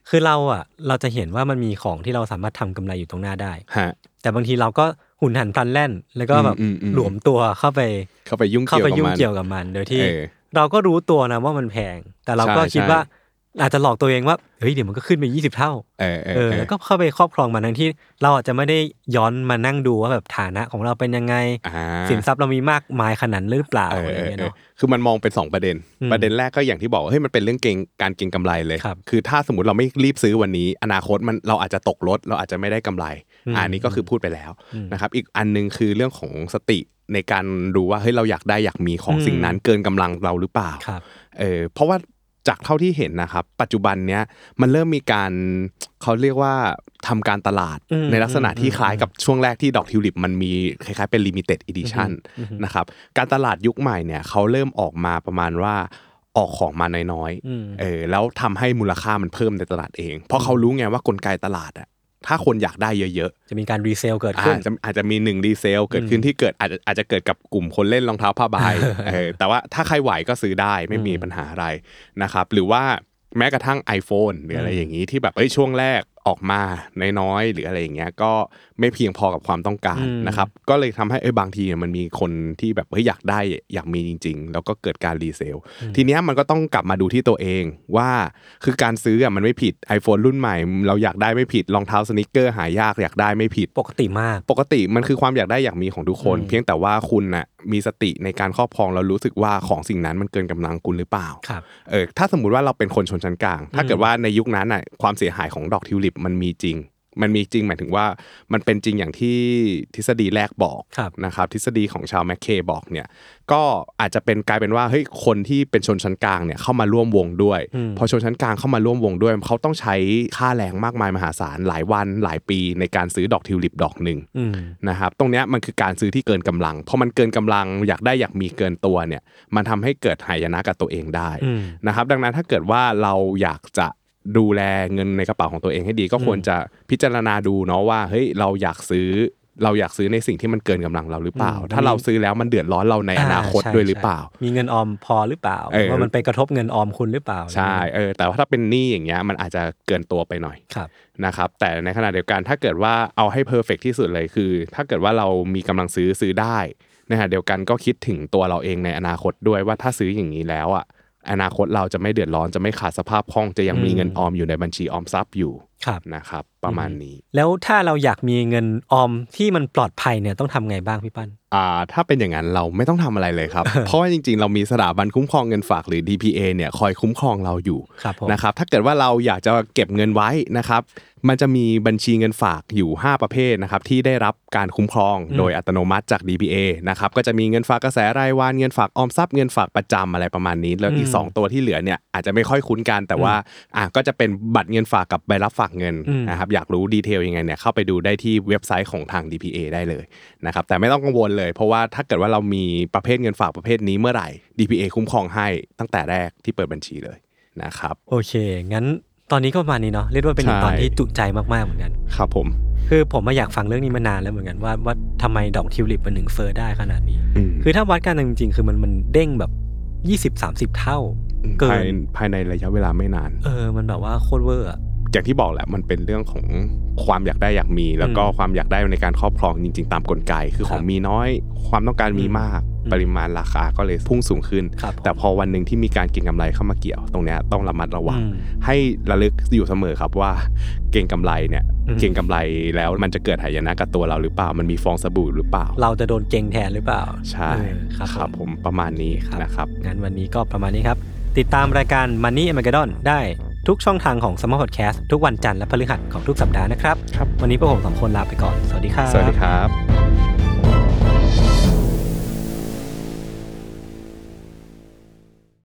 คือเราอ่ะเราจะเห็นว่ามันมีของที่เราสามารถทำกำไรอยู่ตรงหน้าได้ฮะแต่บางทีเราก็หุนหันพลันแล่นแล้วก็แบบหลวมตัวเข้าไปเข้าไปยุ่งเกี่ยวกับมันเข้าไปยุ่งเกี่ยวกับมันโดยที่เราก็รู้ตัวนะว่ามันแพงแต่เราก็คิดว่าอาจจะหลอกตัวเองว่าเฮ้ยเดี๋ยวมันก็ขึ้นไปยี่สิบเท่าเออเออแล้วก็เข้าไปครอบครองมันทั้งที่เราอาจจะไม่ได้ย้อนมานั่งดูว่าแบบฐานะของเราเป็นยังไงสินทรัพย์เรามีมากมายขนาดนั้นหรือเปล่าอะไรอย่างเงี้ยเนาะคือมันมองเป็นสองประเด็นประเด็นแรกก็อย่างที่บอกเฮ้ยมันเป็นเรื่องเก็งการเก็งกำไรเลยคือถ้าสมมติเราไม่รีบซื้อวันนี้อนาคตมันเราอาจจะตกลดเราอาจจะไม่ได้กำไรอันนี้ก็คือพูดไปแล้วนะครับอีกอันนึงคือเรื่องของสติในการดูว่าเฮ้ยเราอยากได้อยากมีของสิ่งนั้นเกินกำลังเราหรือเปล่าเออเพราะว่าจากเท่าที่เห็นนะครับปัจจุบันเนี้ยมันเริ่มมีการเขาเรียกว่าทำการตลาดในลักษณะที่คล้ายกับช่วงแรกที่ดอกทิวลิปมันมีคล้ายๆเป็น limited edition นะครับการตลาดยุคใหม่เนี่ยเขาเริ่มออกมาประมาณว่าออกของมาน้อยๆเออแล้วทำให้มูลค่ามันเพิ่มในตลาดเองเพราะเขารู้ไงว่ากลไกตลาดอะถ้าคนอยากได้เยอะๆจะมีการรีเซลเกิดขึ้นอาจจะมีหนึ่งรีเซลเกิดขึ้นที่เกิดอาจจะอาจจะเกิดกับกลุ่มคนเล่นรองเท้าผ้าใบเออแต่ว่าถ้าใครไหวก็ซื้อได้ไม่มีปัญหาอะไรนะครับหรือว่าแม้กระทั่ง iPhone หรืออะไรอย่างนี้ที่แบบเอ้ยช่วงแรกออกมาน้อยๆหรืออะไรอย่างเงี้ยก็ไม่เพียงพอกับความต้องการนะครับก็เลยทำให้เอ้ยบางทีมันมีคนที่แบบเฮ้ยอยากได้อยากมีจริงๆแล้วก็เกิดการรีเซลทีเนี้ยมันก็ต้องกลับมาดูที่ตัวเองว่าคือการซื้ออ่ะมันไม่ผิด iPhone รุ่นใหม่เราอยากได้ไม่ผิดรองเท้าสนิกเกอร์หายากอยากได้ไม่ผิดปกติมากปกติมันคือความอยากได้อยากมีของทุกคนเพียงแต่ว่าคุณน่ะมีสติในการครอบครองแล้วรู้สึกว่าของสิ่งนั้นมันเกินกำลังคุณหรือเปล่าเออถ้าสมมุติว่าเราเป็นคนชนชั้นกลางถ้าเกิดว่าในยุคนั้นน่ะความเสียหายของดอกทิวลิปมันมีจริงมันมีจริงหมายถึงว่ามันเป็นจริงอย่างที่ทฤษฎีแรกบอกนะครับทฤษฎีของชาวแมคเคย์บอกเนี่ยก็อาจจะเป็นกลายเป็นว่าเฮ้ยคนที่เป็นชนชั้นกลางเนี่ยเข้ามาร่วมวงด้วยพอชนชั้นกลางเข้ามาร่วมวงด้วยเขาต้องใช้ค่าแรงมากมายมหาศาลหลายวันหลายปีในการซื้อดอกทิวลิปดอกนึงนะครับตรงเนี้ยมันคือการซื้อที่เกินกำลังพอมันเกินกำลังอยากได้อยากมีเกินตัวเนี่ยมันทำให้เกิดหายนะกับตัวเองได้นะครับดังนั้นถ้าเกิดว่าเราอยากจะดูแลเงินในกระเป๋าของตัวเองให้ดีก็ควรจะพิจารณาดูเนาะว่าเฮ้ยเราอยากซื้อเราอยากซื้อในสิ่งที่มันเกินกำลังเราหรือเปล่าถ้าเราซื้อแล้วมันเดือดร้อนเราในอนาคตด้วยหรือเปล่ามีเงินออมพอหรือเปล่าว่ามันไปกระทบเงินออมคุณหรือเปล่าใช่เออแต่ว่าถ้าเป็นหนี้อย่างเงี้ยมันอาจจะเกินตัวไปหน่อยนะครับแต่ในขณะเดียวกันถ้าเกิดว่าเอาให้เพอร์เฟคที่สุดเลยคือถ้าเกิดว่าเรามีกำลังซื้อซื้อได้ในขณะเดียวกันก็คิดถึงตัวเราเองในอนาคตด้วยว่าถ้าซื้ออย่างนี้แล้วอ่ะอนาคตเราจะไม่เดือดร้อนจะไม่ขาดสภาพคล่องจะยังมีเงินออมอยู่ในบัญชีออมทรัพย์อยู่นะครับประมาณนี้แล้วถ้าเราอยากมีเงินออมที่มันปลอดภัยเนี่ยต้องทำไงบ้างพี่ปั้นอ่าถ้าเป็นอย่างนั้นเราไม่ต้องทำอะไรเลยครับ เพราะว่าจริงๆเรามีสถาบันคุ้มครองเงินฝากหรือ ดี พี เอ เนี่ยคอยคุ้มครองเราอยู่นะครับถ้าเกิดว่าเราอยากจะเก็บเงินไว้นะครับมันจะมีบัญชีเงินฝากอยู่ห้าประเภทนะครับที่ได้รับการคุ้มครองโดยอัตโนมัติจาก ดี พี เอ นะครับก็จะมีเงินฝากกระแสรายวันเงินฝากออมทรัพย์เงินฝากประจำอะไรประมาณนี้แล้วอีกสองตัวที่เหลือเนี่ยอาจจะไม่ค่อยคุ้นกันแต่ว่าอ่ะก็จะเป็นบัตรเงินฝากกับใบรับฝากเงินนะครับอยากรู้ดีเทลยังไงเนี่ยเข้าไปดูได้ที่เว็บไซต์ของทาง ดี พี เอ ได้เลยนะครับแต่ไม่ต้องกังวลเลยเพราะว่าถ้าเกิดว่าเรามีประเภทเงินฝากประเภทนี้เมื่อไหร่ ดี พี เอ คุ้มครองให้ตั้งแต่แรกที่เปิดบัญชีเลยนะครับโอเคงั้นตอนนี้ก็ประมาณนี้เนาะเรียกว่าเป็นตอนที่จุใจมากๆเหมือนกันครับผมคือผมมาอยากฟังเรื่องนี้มานานแล้วเหมือนกันว่าว่าทำไมดอกทิวลิปมันถึงเฟ้อได้ขนาดนี้คือถ้าวัดกันจริงๆคือมันมันเด้งแบบ ยี่สิบสามสิบ เท่าเกินภายในระยะเวลาไม่นานเออมันแบบว่าโคตรเวอร์อย่างที่บอกแหละมันเป็นเรื่องของความอยากได้อยากมีแล้วก็ความอยากได้ในการครอบครองจริงๆตามกลไกคือของมีน้อยความต้องการมีมากปริมาณราคาก็เลยพุ่งสูงขึ้นแต่พอวันนึงที่มีการเก็งกำไรเข้ามาเกี่ยวตรงนี้ต้องระมัดระวังให้ระลึกอยู่เสมอครับว่าเก็งกำไรเนี่ยเก็งกำไรแล้วมันจะเกิดหายนะกับตัวเราหรือเปล่ามันมีฟองสบู่หรือเปล่าเราจะโดนเก็งแทนหรือเปล่าใช่ครับผมประมาณนี้นะครับงั้นวันนี้ก็ประมาณนี้ครับติดตามรายการ Money Armageddon ได้ทุกช่องทางของ Smart Podcast ทุกวันจันทร์และพฤหัสของทุกสัปดาห์นะครับวันนี้พวกผมสองคนลาไปก่อนสวัสดีครับสวัสดีครับ